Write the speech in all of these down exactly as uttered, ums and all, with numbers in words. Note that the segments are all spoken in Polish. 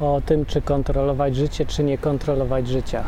o tym, czy kontrolować życie, czy nie kontrolować życia.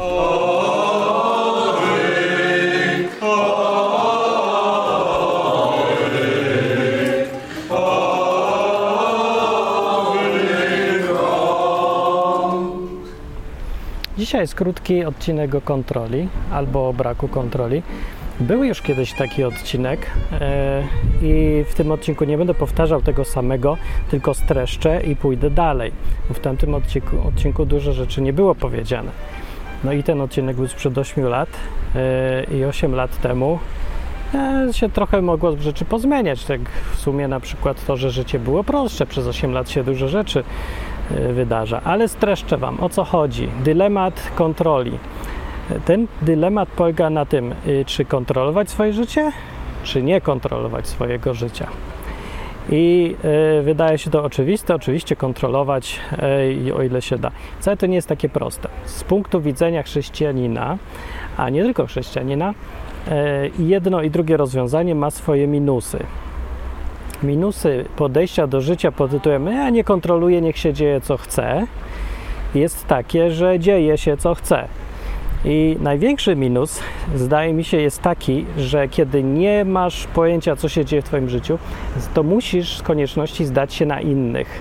Dzisiaj jest krótki odcinek o kontroli albo o braku kontroli. Był już kiedyś taki odcinek yy, i w tym odcinku nie będę powtarzał tego samego, tylko streszczę i pójdę dalej. Bo w tamtym odcinku, odcinku dużo rzeczy nie było powiedziane. No i ten odcinek był sprzed ośmiu lat yy, i osiem lat temu yy, się trochę mogło rzeczy pozmieniać. Tak w sumie na przykład to, że życie było prostsze. Przez osiem lat się dużo rzeczy yy, wydarza. Ale streszczę Wam, o co chodzi. Dylemat kontroli. Ten dylemat polega na tym, czy kontrolować swoje życie, czy nie kontrolować swojego życia. I y, wydaje się to oczywiste, oczywiście kontrolować, y, o ile się da. Wcale to nie jest takie proste. Z punktu widzenia chrześcijanina, a nie tylko chrześcijanina, y, jedno i drugie rozwiązanie ma swoje minusy. Minusy podejścia do życia pod tytułem ja nie kontroluję, niech się dzieje co chce, jest takie, że dzieje się co chce. I największy minus, zdaje mi się, jest taki, że kiedy nie masz pojęcia, co się dzieje w Twoim życiu, to musisz z konieczności zdać się na innych.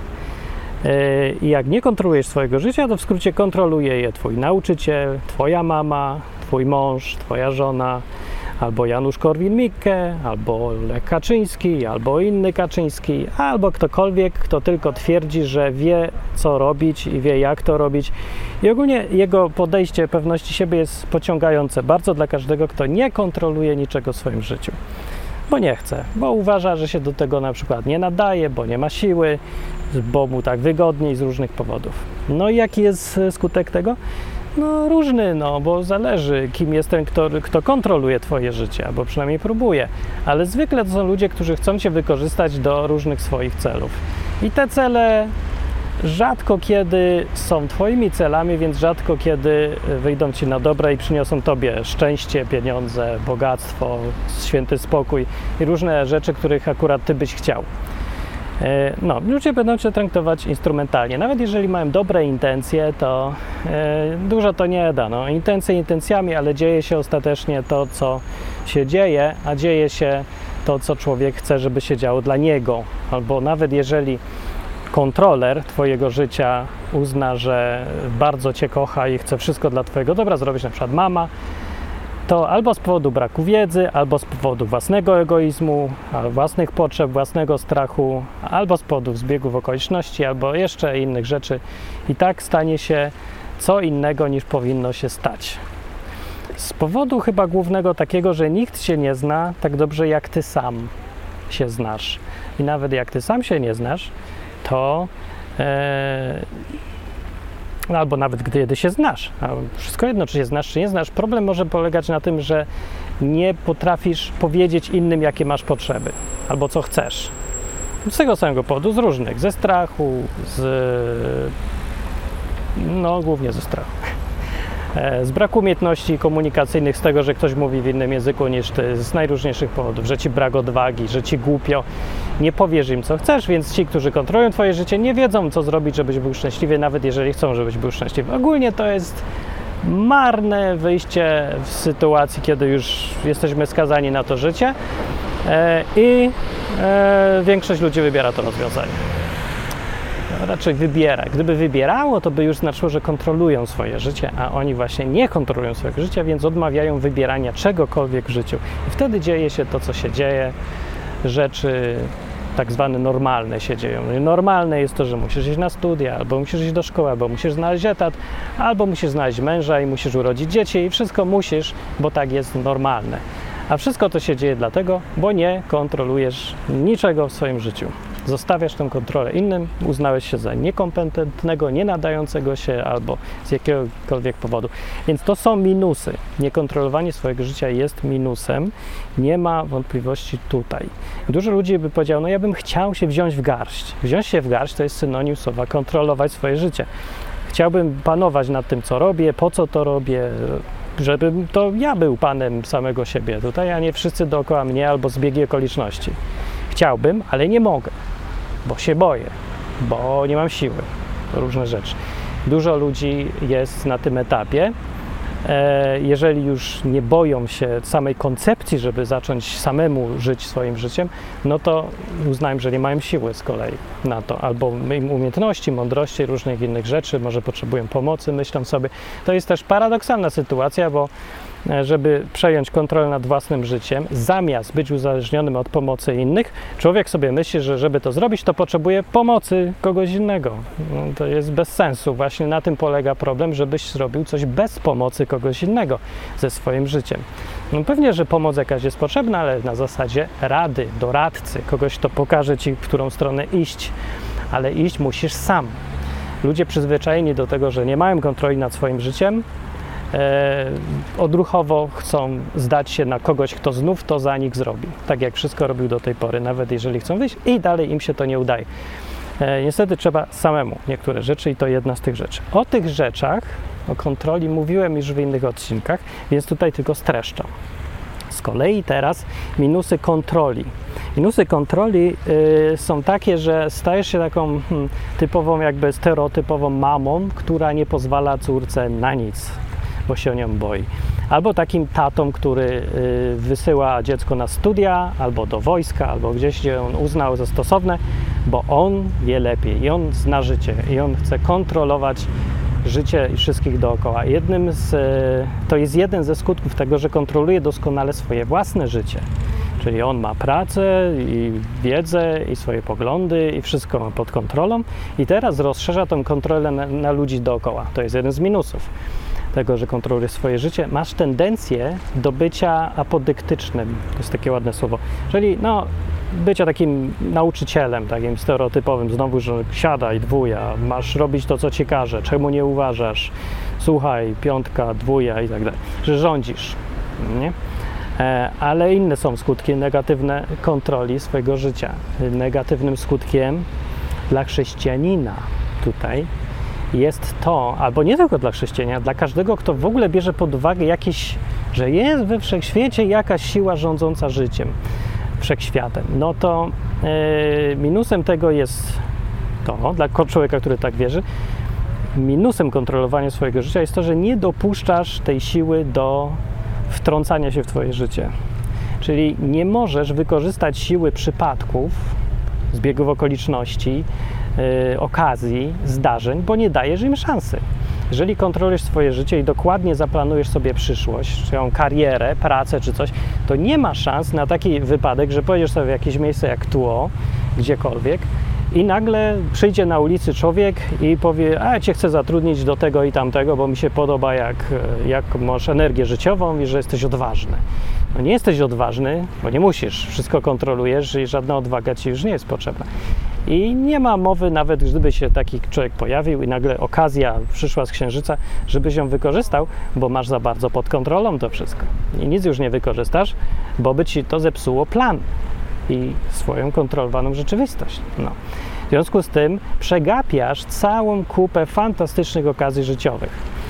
I jak nie kontrolujesz swojego życia, to w skrócie kontroluje je Twój nauczyciel, Twoja mama, Twój mąż, Twoja żona, albo Janusz Korwin-Mikke, albo Lech Kaczyński, albo inny Kaczyński, albo ktokolwiek, kto tylko twierdzi, że wie, co robić i wie, jak to robić. I ogólnie jego podejście pewności siebie jest pociągające bardzo dla każdego, kto nie kontroluje niczego w swoim życiu. Bo nie chce, bo uważa, że się do tego na przykład nie nadaje, bo nie ma siły, bo mu tak wygodniej z różnych powodów. No i jaki jest skutek tego? No różny, no bo zależy, kim jest ten, kto, kto kontroluje Twoje życie, albo przynajmniej próbuje. Ale zwykle to są ludzie, którzy chcą Cię wykorzystać do różnych swoich celów. I te cele rzadko kiedy są Twoimi celami, więc rzadko kiedy wyjdą Ci na dobre i przyniosą Tobie szczęście, pieniądze, bogactwo, święty spokój i różne rzeczy, których akurat Ty byś chciał. No, ludzie będą Cię traktować instrumentalnie. Nawet jeżeli mają dobre intencje, to e, dużo to nie da. No, intencje intencjami, ale dzieje się ostatecznie to, co się dzieje, a dzieje się to, co człowiek chce, żeby się działo dla niego. Albo nawet jeżeli kontroler Twojego życia uzna, że bardzo Cię kocha i chce wszystko dla Twojego dobra zrobić, na przykład mama, to albo z powodu braku wiedzy, albo z powodu własnego egoizmu, własnych potrzeb, własnego strachu, albo z powodu zbiegów okoliczności, albo jeszcze innych rzeczy. I tak stanie się co innego niż powinno się stać. Z powodu chyba głównego takiego, że nikt się nie zna tak dobrze jak Ty sam się znasz. I nawet jak Ty sam się nie znasz, to e, albo nawet gdy się znasz, a wszystko jedno, czy się znasz, czy nie znasz, problem może polegać na tym, że nie potrafisz powiedzieć innym, jakie masz potrzeby, albo co chcesz. Z tego samego powodu, z różnych, ze strachu, z... no głównie ze strachu. Z braku umiejętności komunikacyjnych, z tego, że ktoś mówi w innym języku niż ty, z najróżniejszych powodów, że ci brak odwagi, że ci głupio, nie powiesz im, co chcesz, więc ci, którzy kontrolują twoje życie, nie wiedzą, co zrobić, żebyś był szczęśliwy, nawet jeżeli chcą, żebyś był szczęśliwy. Ogólnie to jest marne wyjście w sytuacji, kiedy już jesteśmy skazani na to życie i większość ludzi wybiera to rozwiązanie. Raczej wybiera. Gdyby wybierało, to by już znaczyło, że kontrolują swoje życie, a oni właśnie nie kontrolują swojego życia, więc odmawiają wybierania czegokolwiek w życiu. I wtedy dzieje się to, co się dzieje, rzeczy tak zwane normalne się dzieją. Normalne jest to, że musisz iść na studia, albo musisz iść do szkoły, albo musisz znaleźć etat, albo musisz znaleźć męża i musisz urodzić dzieci i wszystko musisz, bo tak jest normalne. A wszystko to się dzieje dlatego, bo nie kontrolujesz niczego w swoim życiu. Zostawiasz tę kontrolę innym, uznałeś się za niekompetentnego, nie nadającego się albo z jakiegokolwiek powodu. Więc to są minusy. Niekontrolowanie swojego życia jest minusem. Nie ma wątpliwości tutaj. Dużo ludzi by powiedziało, no ja bym chciał się wziąć w garść. Wziąć się w garść to jest synonim słowa kontrolować swoje życie. Chciałbym panować nad tym, co robię, po co to robię, żebym to ja był panem samego siebie tutaj, a nie wszyscy dookoła mnie albo zbiegi okoliczności. Chciałbym, ale nie mogę, bo się boję, bo nie mam siły, różne rzeczy. Dużo ludzi jest na tym etapie. Jeżeli już nie boją się samej koncepcji, żeby zacząć samemu żyć swoim życiem, no to uznają, że nie mają siły z kolei na to, albo umiejętności, mądrości, różnych innych rzeczy, może potrzebują pomocy, myślą sobie. To jest też paradoksalna sytuacja, bo żeby przejąć kontrolę nad własnym życiem, zamiast być uzależnionym od pomocy innych, człowiek sobie myśli, że żeby to zrobić, to potrzebuje pomocy kogoś innego. No, to jest bez sensu. Właśnie na tym polega problem, żebyś zrobił coś bez pomocy kogoś innego ze swoim życiem. No pewnie, że pomoc jakaś jest potrzebna, ale na zasadzie rady, doradcy, kogoś, kto pokaże ci, w którą stronę iść, ale iść musisz sam. Ludzie przyzwyczajeni do tego, że nie mają kontroli nad swoim życiem, E, odruchowo chcą zdać się na kogoś, kto znów to za nich zrobi. Tak jak wszystko robił do tej pory, nawet jeżeli chcą wyjść i dalej im się to nie udaje. E, niestety trzeba samemu niektóre rzeczy i to jedna z tych rzeczy. O tych rzeczach, o kontroli mówiłem już w innych odcinkach, więc tutaj tylko streszczam. Z kolei teraz minusy kontroli. Minusy kontroli y, są takie, że stajesz się taką hmm, typową, jakby stereotypową mamą, która nie pozwala córce na nic, bo się o nią boi. Albo takim tatą, który y, wysyła dziecko na studia, albo do wojska, albo gdzieś, gdzie on uznał za stosowne, bo on wie lepiej i on zna życie i on chce kontrolować życie i wszystkich dookoła. Jednym z, y, to jest jeden ze skutków tego, że kontroluje doskonale swoje własne życie. Czyli on ma pracę i wiedzę i swoje poglądy i wszystko ma pod kontrolą i teraz rozszerza tą kontrolę na, na ludzi dookoła. To jest jeden z minusów tego, że kontrolujesz swoje życie. Masz tendencję do bycia apodyktycznym. To jest takie ładne słowo. Czyli no, bycia takim nauczycielem, takim stereotypowym. Znowu, że siadaj, dwuja, masz robić to, co ci każe, czemu nie uważasz, słuchaj, piątka, dwuja i tak dalej. Że rządzisz, nie? Ale inne są skutki negatywne kontroli swojego życia. Negatywnym skutkiem dla chrześcijanina tutaj jest to, albo nie tylko dla chrześcijanina, dla każdego, kto w ogóle bierze pod uwagę jakieś, że jest we wszechświecie jakaś siła rządząca życiem, wszechświatem. No to yy, minusem tego jest to, dla człowieka, który tak wierzy, minusem kontrolowania swojego życia jest to, że nie dopuszczasz tej siły do wtrącania się w twoje życie. Czyli nie możesz wykorzystać siły przypadków, zbiegów okoliczności, yy, okazji, zdarzeń, bo nie dajesz im szansy. Jeżeli kontrolujesz swoje życie i dokładnie zaplanujesz sobie przyszłość, swoją karierę, pracę czy coś, to nie ma szans na taki wypadek, że pojedziesz sobie w jakieś miejsce jak tło, gdziekolwiek i nagle przyjdzie na ulicy człowiek i powie, a ja cię chcę zatrudnić do tego i tamtego, bo mi się podoba, jak, jak masz energię życiową i że jesteś odważny. No nie jesteś odważny, bo nie musisz, wszystko kontrolujesz i żadna odwaga ci już nie jest potrzebna. I nie ma mowy, nawet gdyby się taki człowiek pojawił i nagle okazja przyszła z księżyca, żebyś ją wykorzystał, bo masz za bardzo pod kontrolą to wszystko. I nic już nie wykorzystasz, bo by ci to zepsuło plan i swoją kontrolowaną rzeczywistość. No. W związku z tym przegapiasz całą kupę fantastycznych okazji życiowych.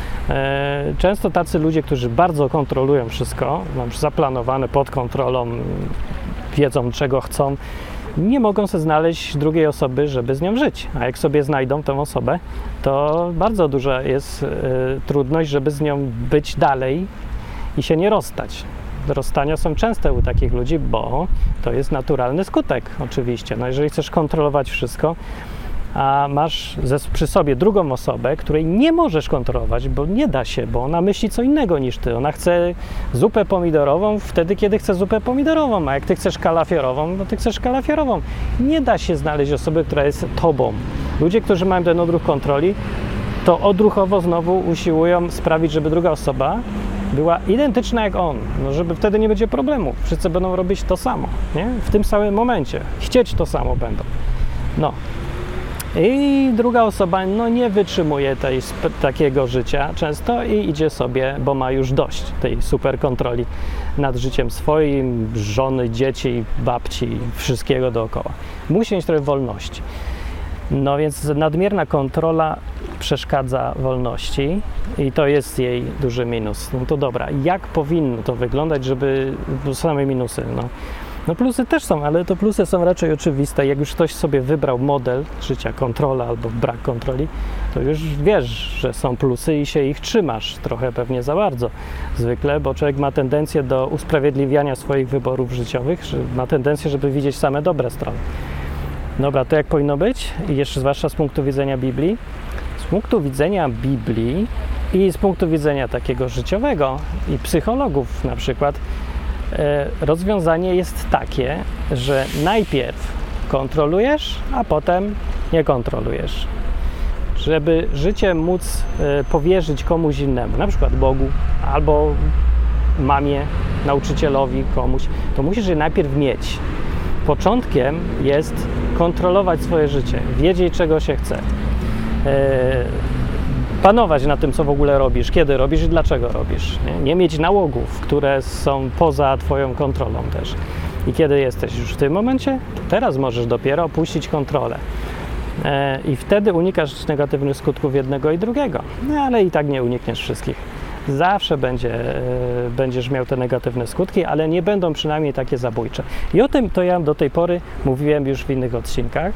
Często tacy ludzie, którzy bardzo kontrolują wszystko, mam zaplanowane pod kontrolą, wiedzą czego chcą, nie mogą sobie znaleźć drugiej osoby, żeby z nią żyć. A jak sobie znajdą tę osobę, to bardzo duża jest y, trudność, żeby z nią być dalej i się nie rozstać. Rozstania są częste u takich ludzi, bo to jest naturalny skutek oczywiście. No jeżeli chcesz kontrolować wszystko, a masz ze, przy sobie drugą osobę, której nie możesz kontrolować, bo nie da się, bo ona myśli co innego niż ty. Ona chce zupę pomidorową wtedy, kiedy chce zupę pomidorową, a jak ty chcesz kalafiorową, no ty chcesz kalafiorową. Nie da się znaleźć osoby, która jest tobą. Ludzie, którzy mają ten odruch kontroli, to odruchowo znowu usiłują sprawić, żeby druga osoba była identyczna jak on, no żeby wtedy nie będzie problemu. Wszyscy będą robić to samo, nie? W tym samym momencie. Chcieć to samo będą. No. I druga osoba no, nie wytrzymuje tej, takiego życia często i idzie sobie, bo ma już dość tej super kontroli nad życiem swoim, żony, dzieci, babci, wszystkiego dookoła. Musi mieć trochę wolności. No więc nadmierna kontrola przeszkadza wolności i to jest jej duży minus. No to dobra, jak powinno to wyglądać, żeby... same minusy, no. No plusy też są, ale to plusy są raczej oczywiste. Jak już ktoś sobie wybrał model życia, kontrola albo brak kontroli, to już wiesz, że są plusy i się ich trzymasz trochę pewnie za bardzo zwykle, bo człowiek ma tendencję do usprawiedliwiania swoich wyborów życiowych, że ma tendencję, żeby widzieć same dobre strony. Dobra, to jak powinno być? I jeszcze zwłaszcza z punktu widzenia Biblii. Z punktu widzenia Biblii i z punktu widzenia takiego życiowego i psychologów na przykład, rozwiązanie jest takie, że najpierw kontrolujesz, a potem nie kontrolujesz. Żeby życie móc powierzyć komuś innemu, na przykład Bogu, albo mamie, nauczycielowi, komuś, to musisz je najpierw mieć. Początkiem jest kontrolować swoje życie, wiedzieć, czego się chce. Panować na tym, co w ogóle robisz, kiedy robisz i dlaczego robisz. Nie, nie mieć nałogów, które są poza twoją kontrolą też. I kiedy jesteś już w tym momencie, to teraz możesz dopiero opuścić kontrolę. E, I wtedy unikasz negatywnych skutków jednego i drugiego. No ale i tak nie unikniesz wszystkich. Zawsze będzie, e, będziesz miał te negatywne skutki, ale nie będą przynajmniej takie zabójcze. I o tym to ja do tej pory mówiłem już w innych odcinkach.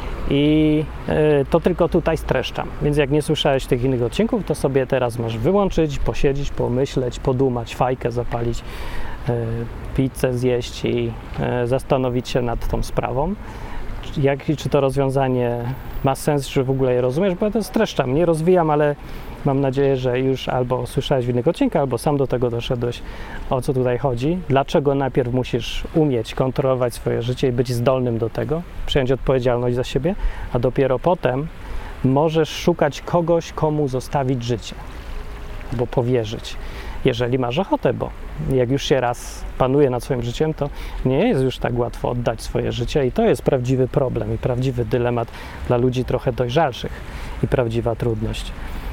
I y, to tylko tutaj streszczam, więc jak nie słyszałeś tych innych odcinków, to sobie teraz możesz wyłączyć, posiedzieć, pomyśleć, podumać, fajkę zapalić, y, pizzę zjeść i y, zastanowić się nad tą sprawą. Jak, czy to rozwiązanie ma sens, czy w ogóle je rozumiesz, bo ja to streszczam, nie rozwijam, ale mam nadzieję, że już albo słyszałeś w innych odcinkach, albo sam do tego doszedłeś, o co tutaj chodzi. Dlaczego najpierw musisz umieć kontrolować swoje życie i być zdolnym do tego, przyjąć odpowiedzialność za siebie, a dopiero potem możesz szukać kogoś, komu zostawić życie, albo powierzyć, jeżeli masz ochotę, bo jak już się raz panuje nad swoim życiem, to nie jest już tak łatwo oddać swoje życie i to jest prawdziwy problem i prawdziwy dylemat dla ludzi trochę dojrzalszych i prawdziwa trudność.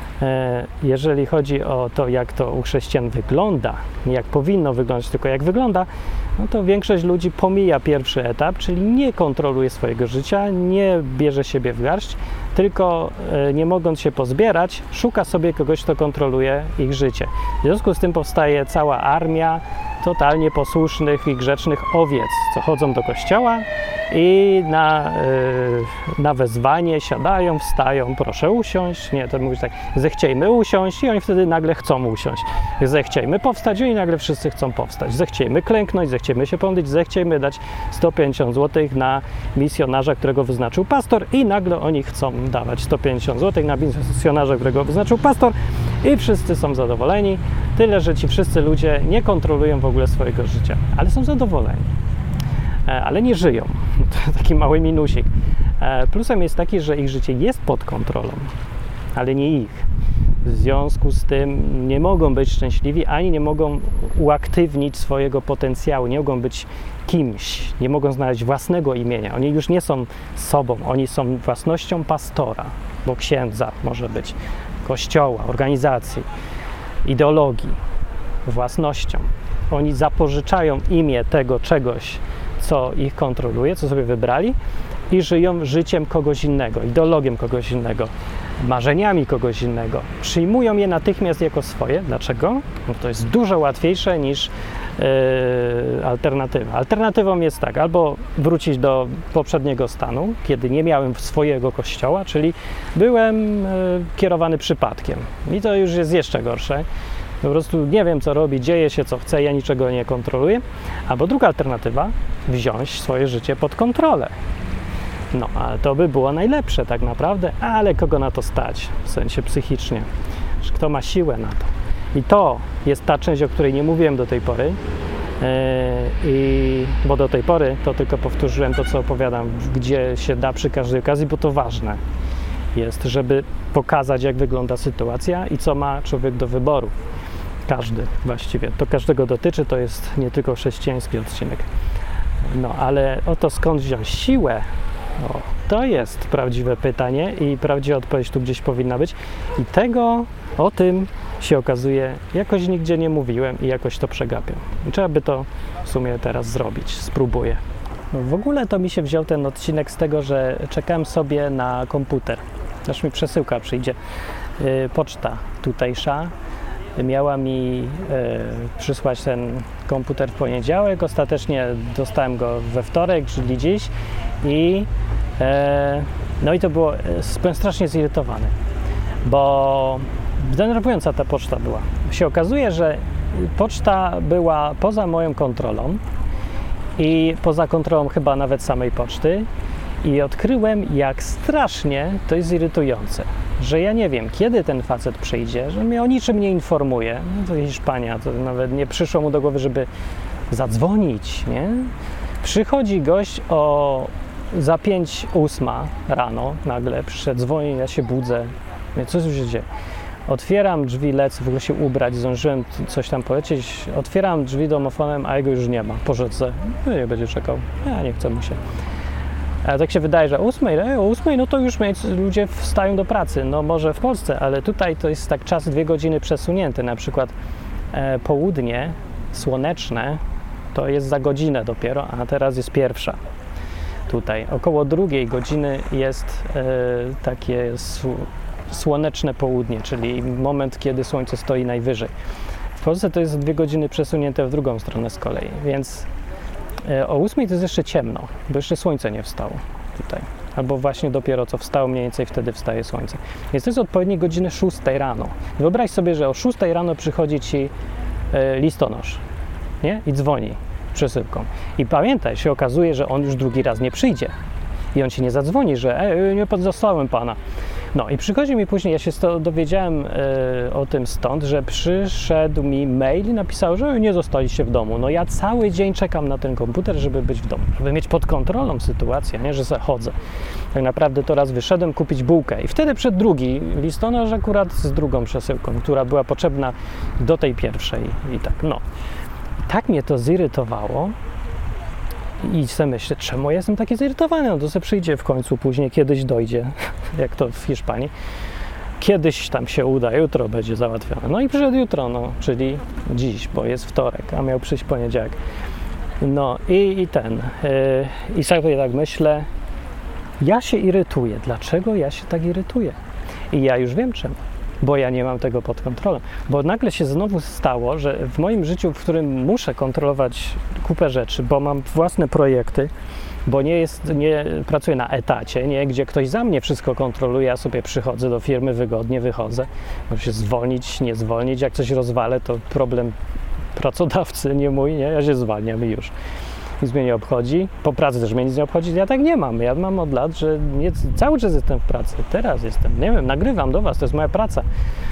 Jeżeli chodzi o to, jak to u chrześcijan wygląda, nie jak powinno wyglądać, tylko jak wygląda, no to większość ludzi pomija pierwszy etap, czyli nie kontroluje swojego życia, nie bierze siebie w garść, tylko nie mogąc się pozbierać, szuka sobie kogoś, kto kontroluje ich życie. W związku z tym powstaje cała armia totalnie posłusznych i grzecznych owiec, co chodzą do kościoła i na, yy, na wezwanie siadają, wstają, proszę usiąść, nie, to mówisz tak, zechciejmy usiąść i oni wtedy nagle chcą usiąść, zechciejmy powstać i oni nagle wszyscy chcą powstać, zechciejmy klęknąć, zechciejmy się pomodlić, zechciejmy dać sto pięćdziesiąt złotych na misjonarza, którego wyznaczył pastor i nagle oni chcą dawać sto pięćdziesiąt złotych na misjonarza, którego wyznaczył pastor i wszyscy są zadowoleni, tyle, że ci wszyscy ludzie nie kontrolują w ogóle swojego życia, ale są zadowoleni. Ale nie żyją. To taki mały minusik. Plusem jest taki, że ich życie jest pod kontrolą, ale nie ich. W związku z tym nie mogą być szczęśliwi, ani nie mogą uaktywnić swojego potencjału, nie mogą być kimś, nie mogą znaleźć własnego imienia. Oni już nie są sobą, oni są własnością pastora, bo księdza może być, kościoła, organizacji, ideologii, własnością. Oni zapożyczają imię tego czegoś, co ich kontroluje, co sobie wybrali i żyją życiem kogoś innego, ideologią kogoś innego, marzeniami kogoś innego. Przyjmują je natychmiast jako swoje. Dlaczego? No to jest dużo łatwiejsze niż yy, alternatywa. Alternatywą jest tak, albo wrócić do poprzedniego stanu, kiedy nie miałem swojego kościoła, czyli byłem yy, kierowany przypadkiem. I to już jest jeszcze gorsze. Po prostu nie wiem, co robi, dzieje się, co chce, ja niczego nie kontroluję. Albo druga alternatywa, wziąć swoje życie pod kontrolę. No, ale to by było najlepsze tak naprawdę, ale kogo na to stać, w sensie psychicznie, kto ma siłę na to. I to jest ta część, o której nie mówiłem do tej pory, yy, i, bo do tej pory to tylko powtórzyłem to, co opowiadam, gdzie się da przy każdej okazji, bo to ważne jest, żeby pokazać, jak wygląda sytuacja i co ma człowiek do wyboru. Każdy właściwie. To każdego dotyczy, to jest nie tylko chrześcijański odcinek. No, ale o to, skąd wziąć siłę, o, to jest prawdziwe pytanie i prawdziwa odpowiedź tu gdzieś powinna być. I tego, o tym się okazuje, jakoś nigdzie nie mówiłem i jakoś to przegapiam. Trzeba by to w sumie teraz zrobić. Spróbuję. No, w ogóle to mi się wziął ten odcinek z tego, że czekałem sobie na komputer. Aż mi przesyłka przyjdzie. Yy, poczta tutejsza miała mi e, przysłać ten komputer w poniedziałek. Ostatecznie dostałem go we wtorek, czyli dziś. I, e, no i to było, byłem strasznie zirytowany, bo denerwująca ta poczta była. Się okazuje, że poczta była poza moją kontrolą i poza kontrolą chyba nawet samej poczty. I odkryłem, jak strasznie to jest irytujące, że ja nie wiem, kiedy ten facet przyjdzie, że mnie o niczym nie informuje. No to Hiszpania, to nawet nie przyszło mu do głowy, żeby zadzwonić, nie? Przychodzi gość o za pięć ósma rano, nagle przyszedł, dzwoni, ja się budzę, mówię, co tu się dzieje? Otwieram drzwi, lecę w ogóle się ubrać, zdążyłem coś tam polecieć, otwieram drzwi domofonem, a jego już nie ma, poszedł se, no nie będzie czekał, ja nie chcę mu się. A tak się wydaje, że o ósmej, o ósmej, no to już ludzie wstają do pracy, no może w Polsce, ale tutaj to jest tak czas dwie godziny przesunięty, na przykład e, południe słoneczne to jest za godzinę dopiero, a teraz jest pierwsza. Tutaj około drugiej godziny jest e, takie słoneczne południe, czyli moment, kiedy słońce stoi najwyżej. W Polsce to jest dwie godziny przesunięte w drugą stronę z kolei, więc o ósmej to jest jeszcze ciemno, bo jeszcze słońce nie wstało tutaj. Albo właśnie dopiero co wstało, mniej więcej wtedy wstaje słońce. Więc to jest odpowiednie godziny szóstej rano. Wyobraź sobie, że o szóstej rano przychodzi ci listonosz, nie? I dzwoni przesyłką. I pamiętaj, się okazuje, że on już drugi raz nie przyjdzie. I on ci nie zadzwoni, że e, nie podzostałem pana. No i przychodzi mi później, ja się sto, dowiedziałem e, o tym stąd, że przyszedł mi mail i napisał, że nie zostaliście w domu. No ja cały dzień czekam na ten komputer, żeby być w domu, żeby mieć pod kontrolą sytuację, nie, że se chodzę. Tak naprawdę to raz wyszedłem kupić bułkę i wtedy przed drugi listonosz akurat z drugą przesyłką, która była potrzebna do tej pierwszej i tak, no. I tak mnie to zirytowało. I sobie myślę, czemu ja jestem taki zirytowany? No to sobie przyjdzie w końcu, później kiedyś dojdzie, jak to w Hiszpanii. Kiedyś tam się uda, jutro będzie załatwione. No i przyszedł jutro, no, czyli dziś, bo jest wtorek, a miał przyjść poniedziałek. No i, i ten, yy, i sobie tak myślę, ja się irytuję. Dlaczego ja się tak irytuję? I ja już wiem czemu. Bo ja nie mam tego pod kontrolą. Bo nagle się znowu stało, że w moim życiu, w którym muszę kontrolować kupę rzeczy, bo mam własne projekty, bo nie, jest, nie pracuję na etacie, nie, gdzie ktoś za mnie wszystko kontroluje, ja sobie przychodzę do firmy, wygodnie wychodzę, może się zwolnić, nie zwolnić, jak coś rozwalę, to problem pracodawcy, nie mój, nie, ja się zwalniam i już. Nic mnie nie obchodzi, po pracy też mnie nic nie obchodzi, ja tak nie mam, ja mam od lat, że nie, cały czas jestem w pracy, teraz jestem, nie wiem, nagrywam do was, to jest moja praca,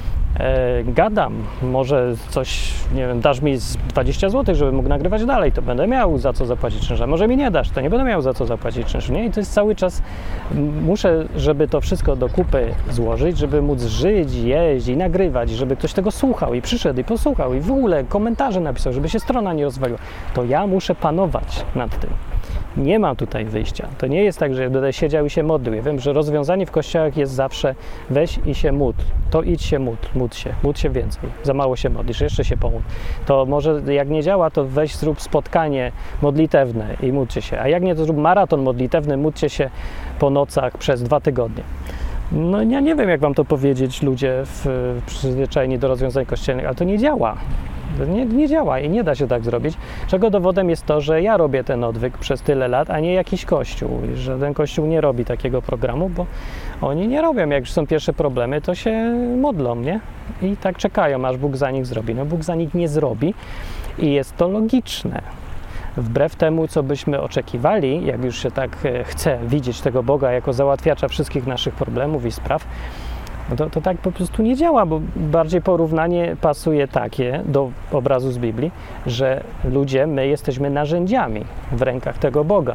e, gadam, może coś, nie wiem, dasz mi z dwadzieścia złotych, żebym mógł nagrywać dalej, to będę miał za co zapłacić czynsz, a może mi nie dasz, to nie będę miał za co zapłacić czynsz, nie, i to jest cały czas, muszę, żeby to wszystko do kupy złożyć, żeby móc żyć, jeść i nagrywać, żeby ktoś tego słuchał i przyszedł i posłuchał i w ogóle komentarze napisał, żeby się strona nie rozwaliła, to ja muszę panować nad tym. Nie mam tutaj wyjścia. To nie jest tak, że będę siedział i się modlił. Ja wiem, że rozwiązanie w kościołach jest zawsze weź i się módl. To idź się módl, módl się, módl się więcej. Za mało się modlisz, jeszcze się pomódl. To może jak nie działa, to weź zrób spotkanie modlitewne i módlcie się. A jak nie, to zrób maraton modlitewny, módlcie się po nocach przez dwa tygodnie. No ja nie wiem, jak wam to powiedzieć, ludzie w, przyzwyczajeni do rozwiązań kościelnych, ale to nie działa. To nie, nie działa i nie da się tak zrobić, czego dowodem jest to, że ja robię ten odwyk przez tyle lat, a nie jakiś kościół. Żaden kościół nie robi takiego programu, bo oni nie robią. Jak już są pierwsze problemy, to się modlą, nie? I tak czekają, aż Bóg za nich zrobi. No Bóg za nich nie zrobi i jest to logiczne. Wbrew temu, co byśmy oczekiwali, jak już się tak chce widzieć tego Boga jako załatwiacza wszystkich naszych problemów i spraw, no to, to tak po prostu nie działa, bo bardziej porównanie pasuje takie do obrazu z Biblii, że ludzie, my jesteśmy narzędziami w rękach tego Boga.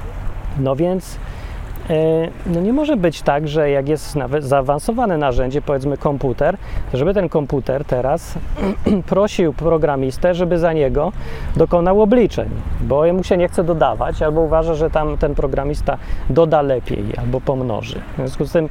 No więc yy, no nie może być tak, że jak jest nawet zaawansowane narzędzie, powiedzmy komputer, to żeby ten komputer teraz prosił programistę, żeby za niego dokonał obliczeń, bo mu się nie chce dodawać, albo uważa, że tam ten programista doda lepiej, albo pomnoży. W związku z tym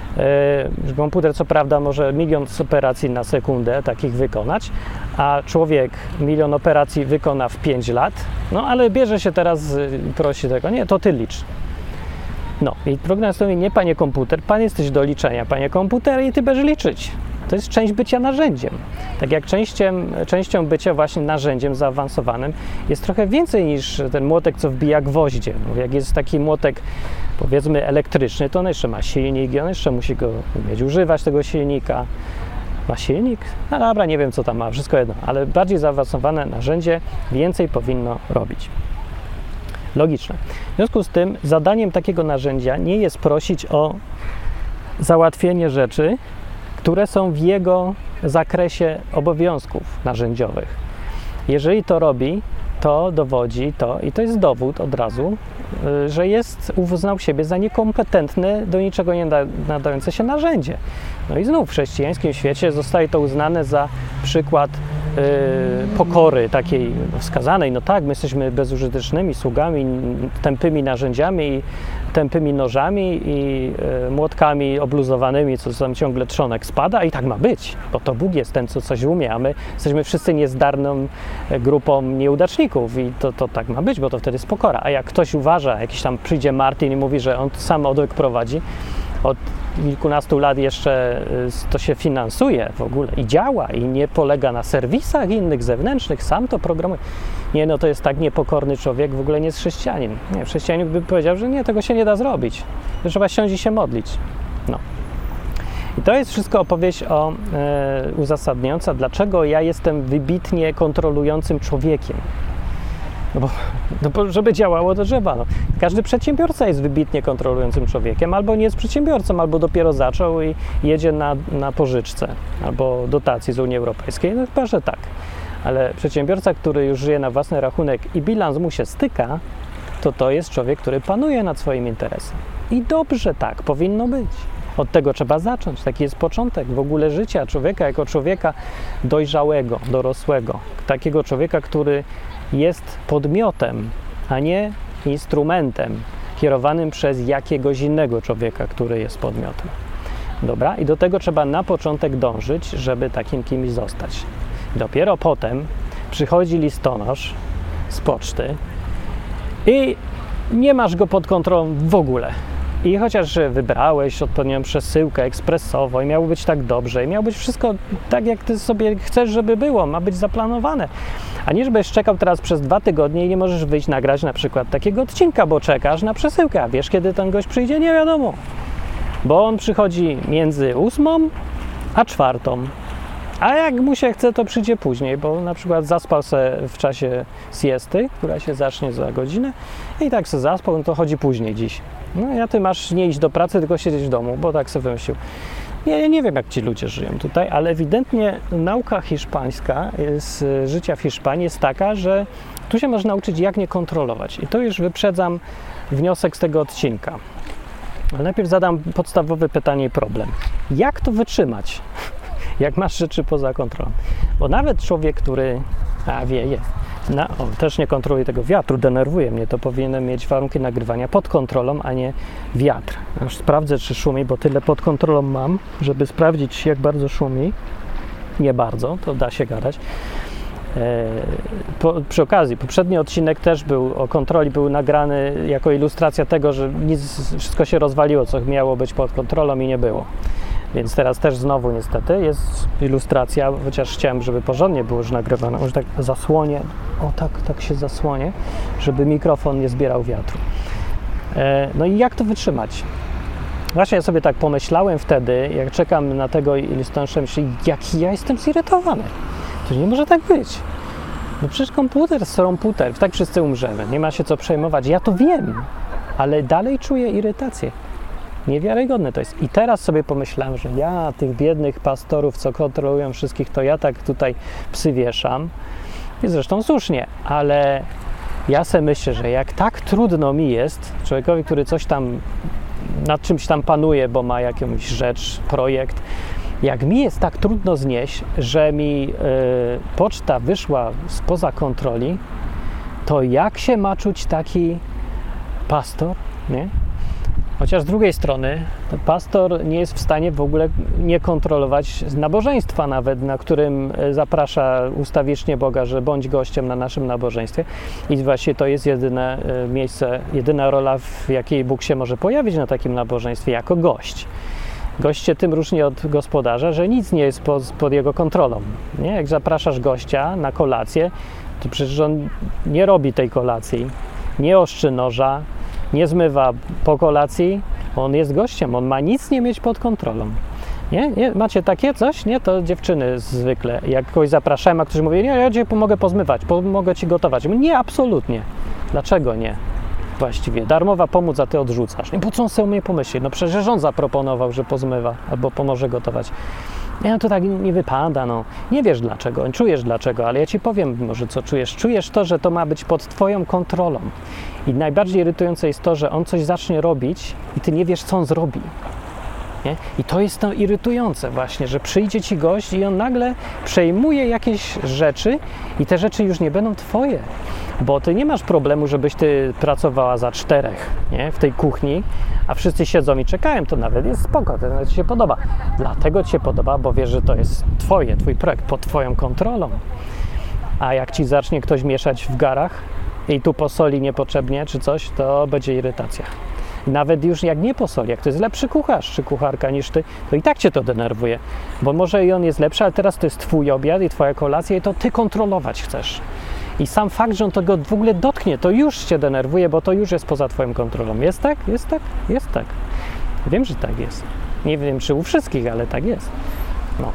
Yy, komputer co prawda może milion operacji na sekundę takich wykonać, a człowiek milion operacji wykona w pięć lat, no ale bierze się teraz, yy, prosi tego, nie, to ty licz. No i program mówi, nie panie komputer, pan jesteś do liczenia, panie komputer i ty będziesz liczyć. To jest część bycia narzędziem. Tak jak częścią, częścią bycia właśnie narzędziem zaawansowanym jest trochę więcej niż ten młotek, co wbija gwoździe. Jak jest taki młotek, powiedzmy, elektryczny, to on jeszcze ma silnik i on jeszcze musi go umieć używać, tego silnika. Ma silnik? No dobra, nie wiem, co tam ma, wszystko jedno, ale bardziej zaawansowane narzędzie więcej powinno robić. Logiczne. W związku z tym zadaniem takiego narzędzia nie jest prosić o załatwienie rzeczy, które są w jego zakresie obowiązków narzędziowych. Jeżeli to robi, to dowodzi to, i to jest dowód od razu, że jest, uznał siebie za niekompetentne, do niczego nie nadające się narzędzie. No i znów w chrześcijańskim świecie zostaje to uznane za przykład yy, pokory takiej wskazanej. No tak, my jesteśmy bezużytecznymi sługami, tępymi narzędziami i tępymi nożami i yy, młotkami obluzowanymi, co tam ciągle trzonek spada i tak ma być, bo to Bóg jest ten, co coś umie, a my jesteśmy wszyscy niezdarną grupą nieudaczników i to, to tak ma być, bo to wtedy jest pokora. A jak ktoś uważa, jakiś tam przyjdzie Martin i mówi, że on sam odwyk prowadzi, od kilkunastu lat jeszcze to się finansuje w ogóle i działa i nie polega na serwisach innych, zewnętrznych, sam to programuje. Nie, no to jest tak niepokorny człowiek, w ogóle nie jest chrześcijanin. Nie, chrześcijanin by powiedział, że nie, tego się nie da zrobić. Trzeba siąść i się modlić. No. I to jest wszystko opowieść o, e, uzasadniająca, dlaczego ja jestem wybitnie kontrolującym człowiekiem. No bo, no bo żeby działało, to trzeba. No. Każdy przedsiębiorca jest wybitnie kontrolującym człowiekiem, albo nie jest przedsiębiorcą, albo dopiero zaczął i jedzie na, na pożyczce, albo dotacji z Unii Europejskiej. No chyba, że tak. Ale przedsiębiorca, który już żyje na własny rachunek i bilans mu się styka, to to jest człowiek, który panuje nad swoim interesem. I dobrze tak, powinno być. Od tego trzeba zacząć. Taki jest początek w ogóle życia człowieka jako człowieka dojrzałego, dorosłego. Takiego człowieka, który jest podmiotem, a nie instrumentem kierowanym przez jakiegoś innego człowieka, który jest podmiotem. Dobra? I do tego trzeba na początek dążyć, żeby takim kimś zostać. Dopiero potem przychodzi listonosz z poczty i nie masz go pod kontrolą w ogóle. I chociaż wybrałeś odpowiednią przesyłkę ekspresowo i miało być tak dobrze, i miało być wszystko tak, jak ty sobie chcesz, żeby było, ma być zaplanowane. A nie, żebyś czekał teraz przez dwa tygodnie i nie możesz wyjść nagrać na przykład takiego odcinka, bo czekasz na przesyłkę, a wiesz, kiedy ten gość przyjdzie, nie wiadomo. Bo on przychodzi między ósmą a czwartą. A jak mu się chce, to przyjdzie później, bo na przykład zaspał se w czasie siesty, która się zacznie za godzinę i tak se zaspał, no to chodzi później dziś. No a ty masz nie iść do pracy, tylko siedzieć w domu, bo tak sobie wymyślił. Ja, ja nie wiem, jak ci ludzie żyją tutaj, ale ewidentnie nauka hiszpańska z życia w Hiszpanii jest taka, że tu się można nauczyć, jak nie kontrolować. I to już wyprzedzam wniosek z tego odcinka. Ale najpierw zadam podstawowe pytanie i problem. Jak to wytrzymać? Jak masz rzeczy poza kontrolą? Bo nawet człowiek, który a wie, jest, na, o, też nie kontroluje tego wiatru, denerwuje mnie, to powinien mieć warunki nagrywania pod kontrolą, a nie wiatr. Aż sprawdzę, czy szumi, bo tyle pod kontrolą mam, żeby sprawdzić, jak bardzo szumi. Nie bardzo, to da się gadać. E, po, przy okazji, poprzedni odcinek też był o kontroli, był nagrany jako ilustracja tego, że nic, wszystko się rozwaliło, co miało być pod kontrolą i nie było. Więc teraz też znowu niestety jest ilustracja, chociaż chciałem, żeby porządnie było już nagrywane. Może tak zasłonię, o tak, tak się zasłonię, żeby mikrofon nie zbierał wiatru. E, no i jak to wytrzymać? Właśnie ja sobie tak pomyślałem wtedy, jak czekam na tego listonosza, myślę, jaki ja jestem zirytowany. To nie może tak być. No przecież komputer, komputer, tak wszyscy umrzemy, nie ma się co przejmować. Ja to wiem, ale dalej czuję irytację. Niewiarygodne to jest. I teraz sobie pomyślałem, że ja tych biednych pastorów, co kontrolują wszystkich, to ja tak tutaj psy wieszam. I zresztą słusznie, ale ja sobie myślę, że jak tak trudno mi jest, człowiekowi, który coś tam, nad czymś tam panuje, bo ma jakąś rzecz, projekt, jak mi jest tak trudno znieść, że mi y, poczta wyszła spoza kontroli, to jak się ma czuć taki pastor, nie? Chociaż z drugiej strony pastor nie jest w stanie w ogóle nie kontrolować nabożeństwa nawet, na którym zaprasza ustawicznie Boga, że bądź gościem na naszym nabożeństwie. I właśnie to jest jedyne miejsce, jedyna rola, w jakiej Bóg się może pojawić na takim nabożeństwie, jako gość. Gość się tym różni od gospodarza, że nic nie jest pod, pod jego kontrolą. Nie? Jak zapraszasz gościa na kolację, to przecież on nie robi tej kolacji, nie ostrzy noża, nie zmywa po kolacji, on jest gościem, on ma nic nie mieć pod kontrolą. Nie? Nie? Macie takie coś? Nie? To dziewczyny zwykle, jak kogoś zapraszają, a ktoś mówi, nie, ja ci pomogę pozmywać, pomogę ci gotować. Nie, absolutnie. Dlaczego nie? Właściwie. Darmowa pomoc, a ty odrzucasz. Nie, po co on sobie mnie pomyśli? No przecież on zaproponował, że pozmywa albo pomoże gotować. Nie, no to tak nie wypada, no. Nie wiesz dlaczego, nie czujesz dlaczego, ale ja ci powiem może co czujesz. Czujesz to, że to ma być pod twoją kontrolą. I najbardziej irytujące jest to, że on coś zacznie robić i ty nie wiesz, co on zrobi. Nie? I to jest to irytujące właśnie, że przyjdzie ci gość i on nagle przejmuje jakieś rzeczy i te rzeczy już nie będą twoje, bo ty nie masz problemu, żebyś ty pracowała za czterech, nie? W tej kuchni, a wszyscy siedzą i czekają, to nawet jest spoko, to nawet ci się podoba. Dlatego ci się podoba, bo wiesz, że to jest twoje, twój projekt, pod twoją kontrolą. A jak ci zacznie ktoś mieszać w garach i tu posoli niepotrzebnie czy coś, to będzie irytacja. Nawet już jak nie posoli, jak to jest lepszy kucharz czy kucharka niż ty, to i tak cię to denerwuje, bo może i on jest lepszy, ale teraz to jest twój obiad i twoja kolacja i to ty kontrolować chcesz. I sam fakt, że on tego w ogóle dotknie, to już cię denerwuje, bo to już jest poza twoją kontrolą. Jest tak? Jest tak? Jest tak. Wiem, że tak jest. Nie wiem, czy u wszystkich, ale tak jest. No.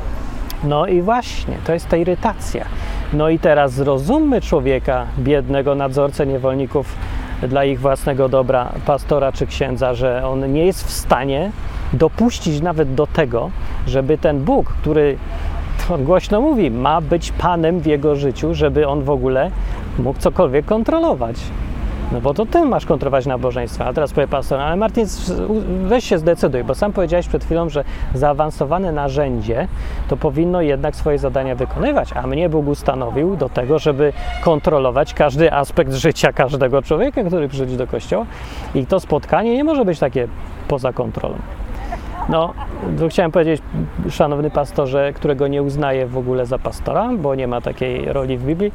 No i właśnie, to jest ta irytacja. No i teraz zrozummy człowieka, biednego nadzorcę niewolników, dla ich własnego dobra, pastora czy księdza, że on nie jest w stanie dopuścić nawet do tego, żeby ten Bóg, który, to on głośno mówi, ma być Panem w jego życiu, żeby on w ogóle mógł cokolwiek kontrolować. No bo to ty masz kontrolować nabożeństwa. A teraz powie pastor, ale Martin, weź się zdecyduj, bo sam powiedziałeś przed chwilą, że zaawansowane narzędzie to powinno jednak swoje zadania wykonywać, a mnie Bóg ustanowił do tego, żeby kontrolować każdy aspekt życia każdego człowieka, który przychodzi do kościoła i to spotkanie nie może być takie poza kontrolą. No, to chciałem powiedzieć, szanowny pastorze, którego nie uznaję w ogóle za pastora, bo nie ma takiej roli w Biblii,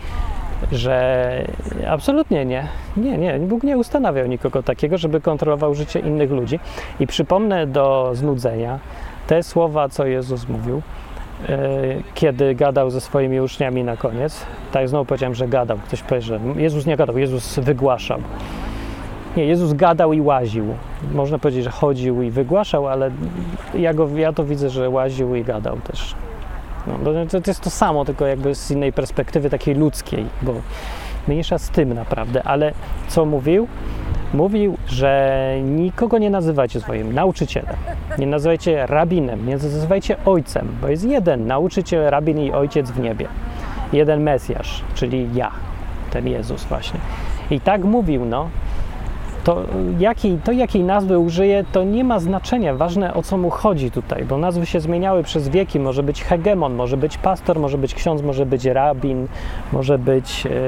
że absolutnie nie, nie, nie, Bóg nie ustanawiał nikogo takiego, żeby kontrolował życie innych ludzi. I przypomnę do znudzenia te słowa, co Jezus mówił, yy, kiedy gadał ze swoimi uczniami na koniec. Tak, znowu powiedziałem, że gadał. Ktoś powie, że Jezus nie gadał, Jezus wygłaszał. Nie, Jezus gadał i łaził. Można powiedzieć, że chodził i wygłaszał, ale ja, go, ja to widzę, że łaził i gadał też. No, to, to jest to samo, tylko jakby z innej perspektywy takiej ludzkiej, bo mniejsza z tym naprawdę, ale co mówił? Mówił, że nikogo nie nazywajcie swoim nauczycielem, nie nazywajcie rabinem, nie nazywajcie ojcem, bo jest jeden nauczyciel, rabin i ojciec w niebie. Jeden Mesjasz, czyli ja, ten Jezus właśnie. I tak mówił, no. To jakiej, to jakiej nazwy użyje, to nie ma znaczenia. Ważne, o co mu chodzi tutaj, bo nazwy się zmieniały przez wieki. Może być hegemon, może być pastor, może być ksiądz, może być rabin, może być yy,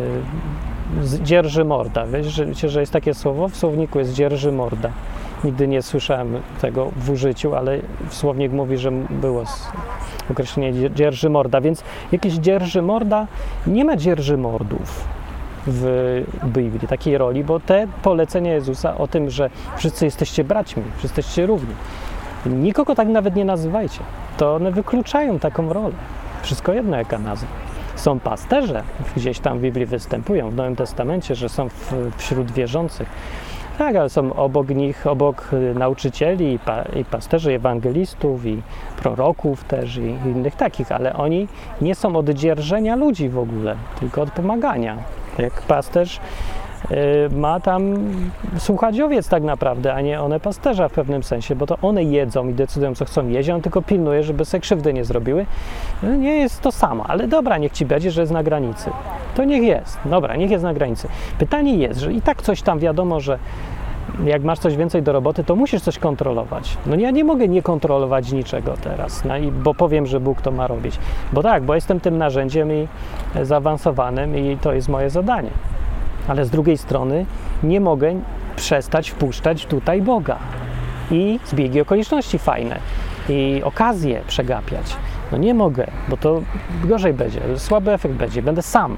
dzierżymorda. Wiecie, że jest takie słowo? W słowniku jest dzierżymorda. Nigdy nie słyszałem tego w użyciu, ale słownik mówi, że było określenie dzierżymorda, więc jakieś dzierżymorda, nie ma dzierżymordów w Biblii, takiej roli, bo te polecenia Jezusa o tym, że wszyscy jesteście braćmi, wszyscy jesteście równi. Nikogo tak nawet nie nazywajcie. To one wykluczają taką rolę. Wszystko jedno, jaka nazwa. Są pasterze, gdzieś tam w Biblii występują, w Nowym Testamencie, że są w, wśród wierzących. Tak, ale są obok nich, obok nauczycieli i, pa, i pasterzy, ewangelistów i proroków też i innych takich, ale oni nie są od dzierżenia ludzi w ogóle, tylko od pomagania. Jak pasterz y, ma tam słuchać owiec tak naprawdę, a nie one pasterza w pewnym sensie, bo to one jedzą i decydują, co chcą jeść, on tylko pilnuje, żeby sobie krzywdy nie zrobiły. No, nie jest to samo, ale dobra, niech ci będzie, że jest na granicy. To niech jest, dobra, niech jest na granicy. Pytanie jest, że i tak coś tam wiadomo, że jak masz coś więcej do roboty, to musisz coś kontrolować. No ja nie mogę nie kontrolować niczego teraz, no, i, bo powiem, że Bóg to ma robić. Bo tak, bo jestem tym narzędziem i zaawansowanym i to jest moje zadanie. Ale z drugiej strony nie mogę przestać wpuszczać tutaj Boga. I zbiegi okoliczności fajne. I okazje przegapiać. No nie mogę, bo to gorzej będzie, słaby efekt będzie, będę sam.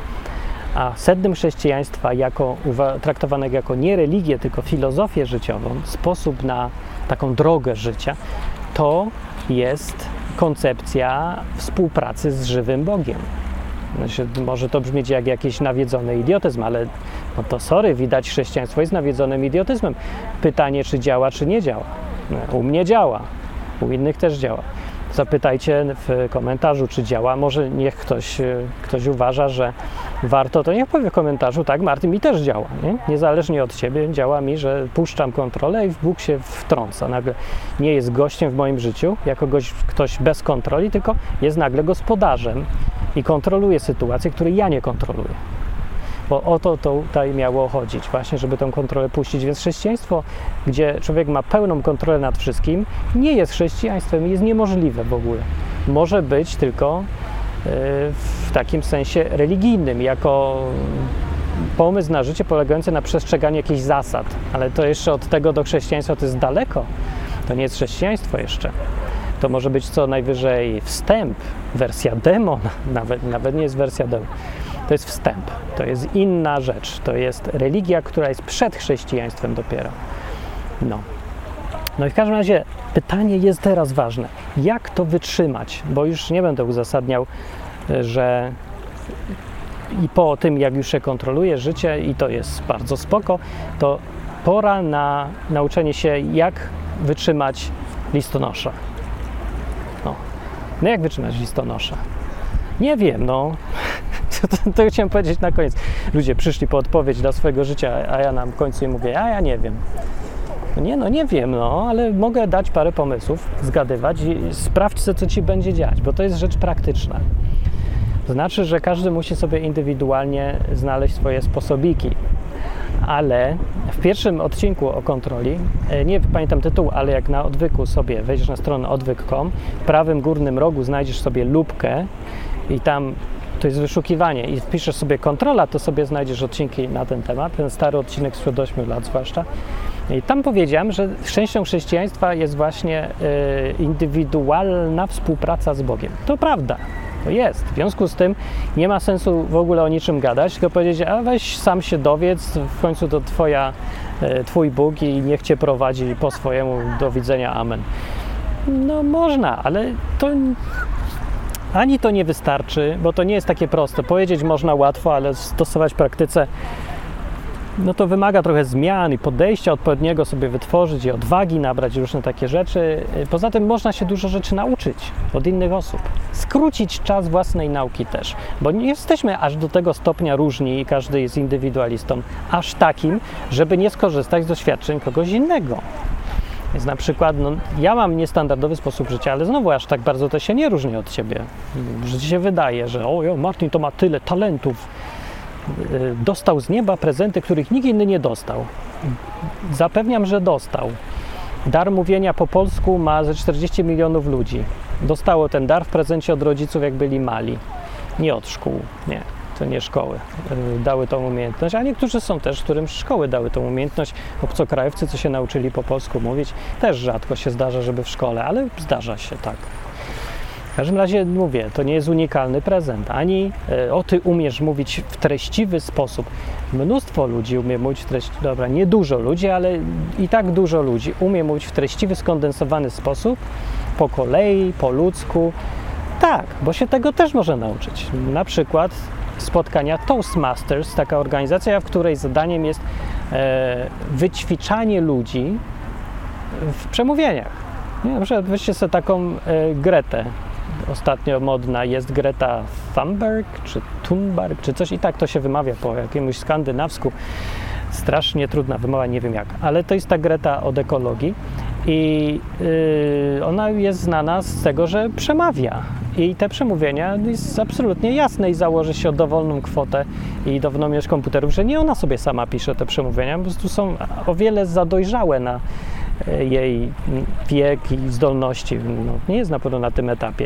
A sednem chrześcijaństwa, jako, traktowanego jako nie religię, tylko filozofię życiową, sposób na taką drogę życia, to jest koncepcja współpracy z żywym Bogiem. Znaczy, może to brzmieć jak jakiś nawiedzony idiotyzm, ale no to sorry, widać, chrześcijaństwo jest nawiedzonym idiotyzmem. Pytanie, czy działa, czy nie działa. No, u mnie działa, u innych też działa. Zapytajcie w komentarzu, czy działa. Może niech ktoś, ktoś uważa, że warto, to niech powie w komentarzu, tak, Martin, mi też działa, nie? Niezależnie od ciebie działa mi, że puszczam kontrolę i Bóg się wtrąca. Nagle nie jest gościem w moim życiu, jako gość, ktoś bez kontroli, tylko jest nagle gospodarzem i kontroluje sytuacje, które ja nie kontroluję. Bo o to tutaj miało chodzić, właśnie, żeby tę kontrolę puścić. Więc chrześcijaństwo, gdzie człowiek ma pełną kontrolę nad wszystkim, nie jest chrześcijaństwem, jest niemożliwe w ogóle. Może być tylko w takim sensie religijnym, jako pomysł na życie polegający na przestrzeganiu jakichś zasad. Ale to jeszcze od tego do chrześcijaństwa to jest daleko. To nie jest chrześcijaństwo jeszcze. To może być co najwyżej wstęp, wersja demo, nawet, nawet nie jest wersja demo. To jest wstęp, to jest inna rzecz, to jest religia, która jest przed chrześcijaństwem dopiero. No. No i w każdym razie pytanie jest teraz ważne. Jak to wytrzymać? Bo już nie będę uzasadniał, że i po tym, jak już się kontroluje życie i to jest bardzo spoko, to pora na nauczenie się, jak wytrzymać listonosza. No, no jak wytrzymać listonosza? Nie wiem, no. To, to, to chciałem powiedzieć na koniec. Ludzie przyszli po odpowiedź dla swojego życia, a ja na końcu im mówię, a ja nie wiem. No nie, no nie wiem, no, ale mogę dać parę pomysłów, zgadywać i sprawdź sobie, co ci będzie dziać, bo to jest rzecz praktyczna. To znaczy, że każdy musi sobie indywidualnie znaleźć swoje sposobiki. Ale w pierwszym odcinku o kontroli, nie pamiętam tytułu, ale jak na odwyku sobie wejdziesz na stronę odwyk kropka com, w prawym górnym rogu znajdziesz sobie lupkę i tam to jest wyszukiwanie i wpiszesz sobie kontrola, to sobie znajdziesz odcinki na ten temat, ten stary odcinek sprzed ośmiu lat zwłaszcza. I tam powiedziałem, że częścią chrześcijaństwa jest właśnie y, indywidualna współpraca z Bogiem. To prawda, to jest. W związku z tym nie ma sensu w ogóle o niczym gadać, tylko powiedzieć, a weź sam się dowiedz, w końcu to twoja, y, twój Bóg i niech cię prowadzi po swojemu, do widzenia, amen. No można, ale to ani to nie wystarczy, bo to nie jest takie proste. Powiedzieć można łatwo, ale stosować w praktyce no to wymaga trochę zmian i podejścia odpowiedniego sobie wytworzyć i odwagi nabrać różne takie rzeczy. Poza tym można się dużo rzeczy nauczyć od innych osób. Skrócić czas własnej nauki też, bo nie jesteśmy aż do tego stopnia różni i każdy jest indywidualistą, aż takim, żeby nie skorzystać z doświadczeń kogoś innego. Więc na przykład, no, ja mam niestandardowy sposób życia, ale znowu aż tak bardzo to się nie różni od ciebie. Że ci się wydaje, że o, jo, Martin to ma tyle talentów, dostał z nieba prezenty, których nikt inny nie dostał. Zapewniam, że dostał. Dar mówienia po polsku ma ze czterdzieści milionów ludzi. Dostało ten dar w prezencie od rodziców, jak byli mali. Nie od szkół, nie. To nie szkoły dały tą umiejętność, a niektórzy są też, którym szkoły dały tą umiejętność. Obcokrajowcy, co się nauczyli po polsku mówić, też rzadko się zdarza, żeby w szkole, ale zdarza się, tak. W każdym razie mówię, to nie jest unikalny prezent, ani e, o, ty umiesz mówić w treściwy sposób. Mnóstwo ludzi umie mówić w treściwy, dobra, nie dużo ludzi, ale i tak dużo ludzi umie mówić w treściwy, skondensowany sposób, po kolei, po ludzku. Tak, bo się tego też można nauczyć. Na przykład spotkania Toastmasters, taka organizacja, w której zadaniem jest e, wyćwiczanie ludzi w przemówieniach. Nie, na przykład weźcie sobie taką e, Gretę. Ostatnio modna jest Greta Thunberg, czy Thunberg, czy coś i tak to się wymawia po jakimś skandynawsku. Strasznie trudna wymowa, nie wiem jak, ale to jest ta Greta od ekologii i yy, ona jest znana z tego, że przemawia i te przemówienia jest absolutnie jasne i założy się o dowolną kwotę i dowolną ilość komputerów, że nie ona sobie sama pisze te przemówienia, po prostu są o wiele za dojrzałe na jej wiek i zdolności, no, nie jest na pewno na tym etapie.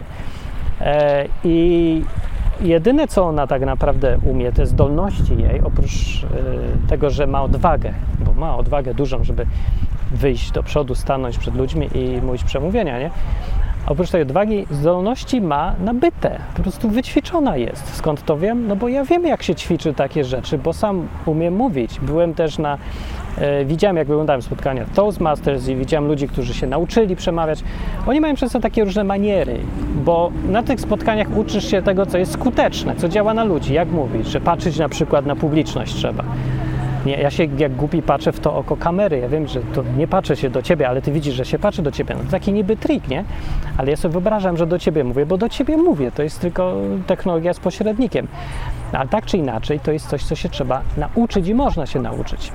E, I jedyne, co ona tak naprawdę umie, te zdolności jej, oprócz e, tego, że ma odwagę, bo ma odwagę dużą, żeby wyjść do przodu, stanąć przed ludźmi i mówić przemówienia, nie? Oprócz tej odwagi, zdolności ma nabyte, po prostu wyćwiczona jest. Skąd to wiem? No bo ja wiem, jak się ćwiczy takie rzeczy, bo sam umiem mówić. Byłem też na E, widziałem, jak wyglądają spotkania w Toastmasters i widziałem ludzi, którzy się nauczyli przemawiać. Oni mają często takie różne maniery, bo na tych spotkaniach uczysz się tego, co jest skuteczne, co działa na ludzi, jak mówić, że patrzeć na przykład na publiczność trzeba. Nie, ja się jak głupi patrzę w to oko kamery. Ja wiem, że to nie patrzę się do ciebie, ale ty widzisz, że się patrzy do ciebie. No to taki niby trik, nie? Ale ja sobie wyobrażam, że do ciebie mówię, bo do ciebie mówię. To jest tylko technologia z pośrednikiem. Ale tak czy inaczej, to jest coś, co się trzeba nauczyć i można się nauczyć.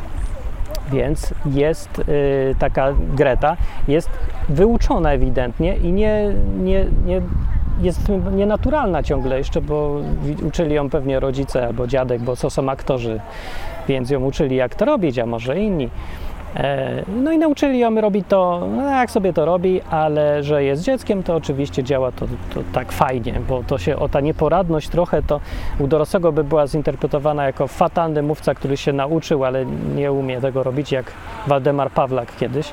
Więc jest yy, taka Greta, jest wyuczona ewidentnie i nie, nie, nie jest nienaturalna ciągle jeszcze, bo uczyli ją pewnie rodzice albo dziadek, bo to są aktorzy, więc ją uczyli, jak to robić, a może inni. E, no i nauczyli ją robić to, no jak sobie to robi, ale że jest dzieckiem, to oczywiście działa to, to tak fajnie, bo to się o ta nieporadność trochę to u dorosłego by była zinterpretowana jako fatalny mówca, który się nauczył, ale nie umie tego robić, jak Waldemar Pawlak kiedyś.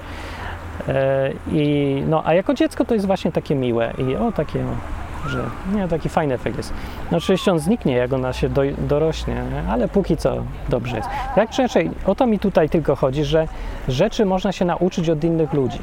E, i, no, a jako dziecko to jest właśnie takie miłe i o takie, że nie, taki fajny efekt jest. No oczywiście on zniknie, jak ona się do, dorośnie, nie? Ale póki co dobrze jest. Tak czy inaczej, o to mi tutaj tylko chodzi, że rzeczy można się nauczyć od innych ludzi.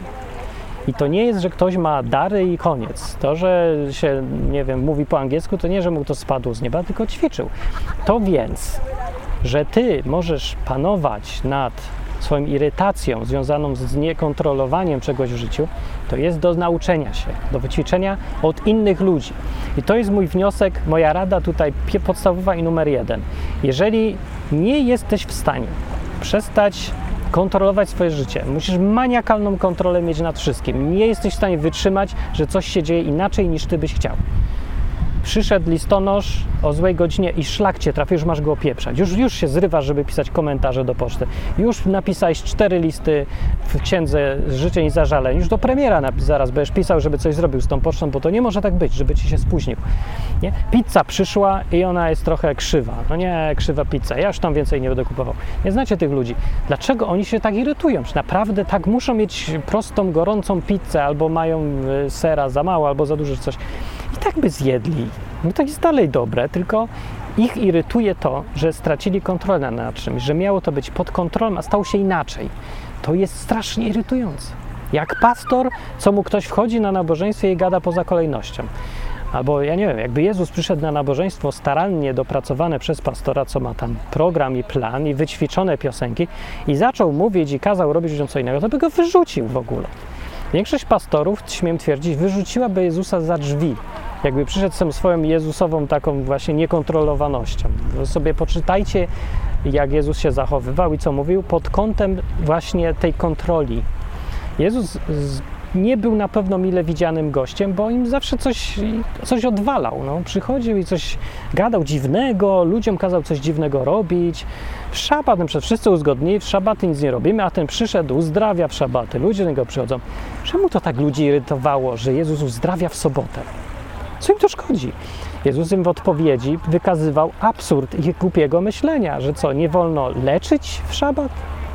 I to nie jest, że ktoś ma dary i koniec. To, że się, nie wiem, mówi po angielsku, to nie, że mu to spadło z nieba, tylko ćwiczył. To więc, że ty możesz panować nad swoją irytacją związaną z niekontrolowaniem czegoś w życiu, to jest do nauczenia się, do wyćwiczenia od innych ludzi. I to jest mój wniosek, moja rada tutaj podstawowa i numer jeden. Jeżeli nie jesteś w stanie przestać kontrolować swoje życie, musisz maniakalną kontrolę mieć nad wszystkim, nie jesteś w stanie wytrzymać, że coś się dzieje inaczej niż ty byś chciał. Przyszedł listonosz o złej godzinie i szlak cię trafi, już masz go opieprzać. Już, już się zrywasz, żeby pisać komentarze do poczty. Już napisałeś cztery listy w księdze życzeń i zażaleń. Już do premiera zaraz będziesz pisał, żeby coś zrobił z tą pocztą, bo to nie może tak być, żeby ci się spóźnił. Nie? Pizza przyszła i ona jest trochę krzywa. No nie, krzywa pizza. Ja już tam więcej nie będę kupował. Nie znacie tych ludzi. Dlaczego oni się tak irytują? Czy naprawdę tak muszą mieć prostą, gorącą pizzę, albo mają sera za mało, albo za dużo coś. I tak by zjedli. No to jest dalej dobre, tylko ich irytuje to, że stracili kontrolę nad czymś, że miało to być pod kontrolą, a stało się inaczej. To jest strasznie irytujące. Jak pastor, co mu ktoś wchodzi na nabożeństwie i gada poza kolejnością. Albo ja nie wiem, jakby Jezus przyszedł na nabożeństwo starannie dopracowane przez pastora, co ma tam program i plan i wyćwiczone piosenki i zaczął mówić i kazał robić ludziom co innego, to by go wyrzucił w ogóle. Większość pastorów, śmiem twierdzić, wyrzuciłaby Jezusa za drzwi. Jakby przyszedł z swoją Jezusową taką właśnie niekontrolowanością. Wy sobie poczytajcie, jak Jezus się zachowywał i co mówił pod kątem właśnie tej kontroli. Jezus nie był na pewno mile widzianym gościem, bo im zawsze coś, coś odwalał. No. Przychodził i coś gadał dziwnego, ludziom kazał coś dziwnego robić. W szabat, na przykład wszyscy uzgodnili, w szabaty nic nie robimy, a ten przyszedł, uzdrawia w szabaty. Ludzie do niego przychodzą. Czemu to tak ludzi irytowało, że Jezus uzdrawia w sobotę? Co im to szkodzi? Jezus im w odpowiedzi wykazywał absurd ich głupiego myślenia, że co, nie wolno leczyć w szabat?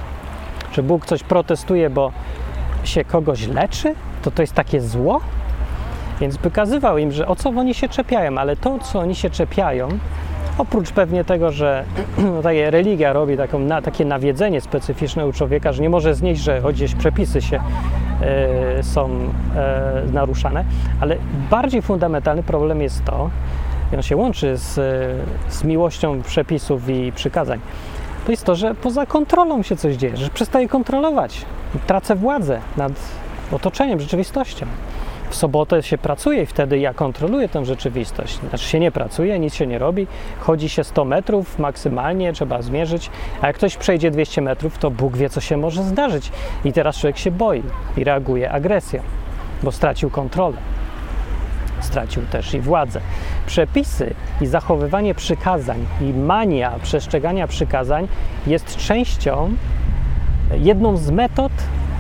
Że Bóg coś protestuje, bo się kogoś leczy? To to jest takie zło? Więc wykazywał im, że o co oni się czepiają, ale to, co oni się czepiają, oprócz pewnie tego, że no, taka religia robi taką, na, takie nawiedzenie specyficzne u człowieka, że nie może znieść, że choć gdzieś przepisy się e, są e, naruszane, ale bardziej fundamentalny problem jest to, i on się łączy z, z miłością przepisów i przykazań, to jest to, że poza kontrolą się coś dzieje, że przestaje kontrolować. Tracę władzę nad otoczeniem, rzeczywistością. W sobotę się pracuje i wtedy ja kontroluję tę rzeczywistość. Znaczy się nie pracuje, nic się nie robi, chodzi się sto metrów maksymalnie, trzeba zmierzyć, a jak ktoś przejdzie dwieście metrów, to Bóg wie, co się może zdarzyć. I teraz człowiek się boi i reaguje agresją, bo stracił kontrolę. Stracił też i władzę. Przepisy i zachowywanie przykazań i mania przestrzegania przykazań jest częścią, jedną z metod,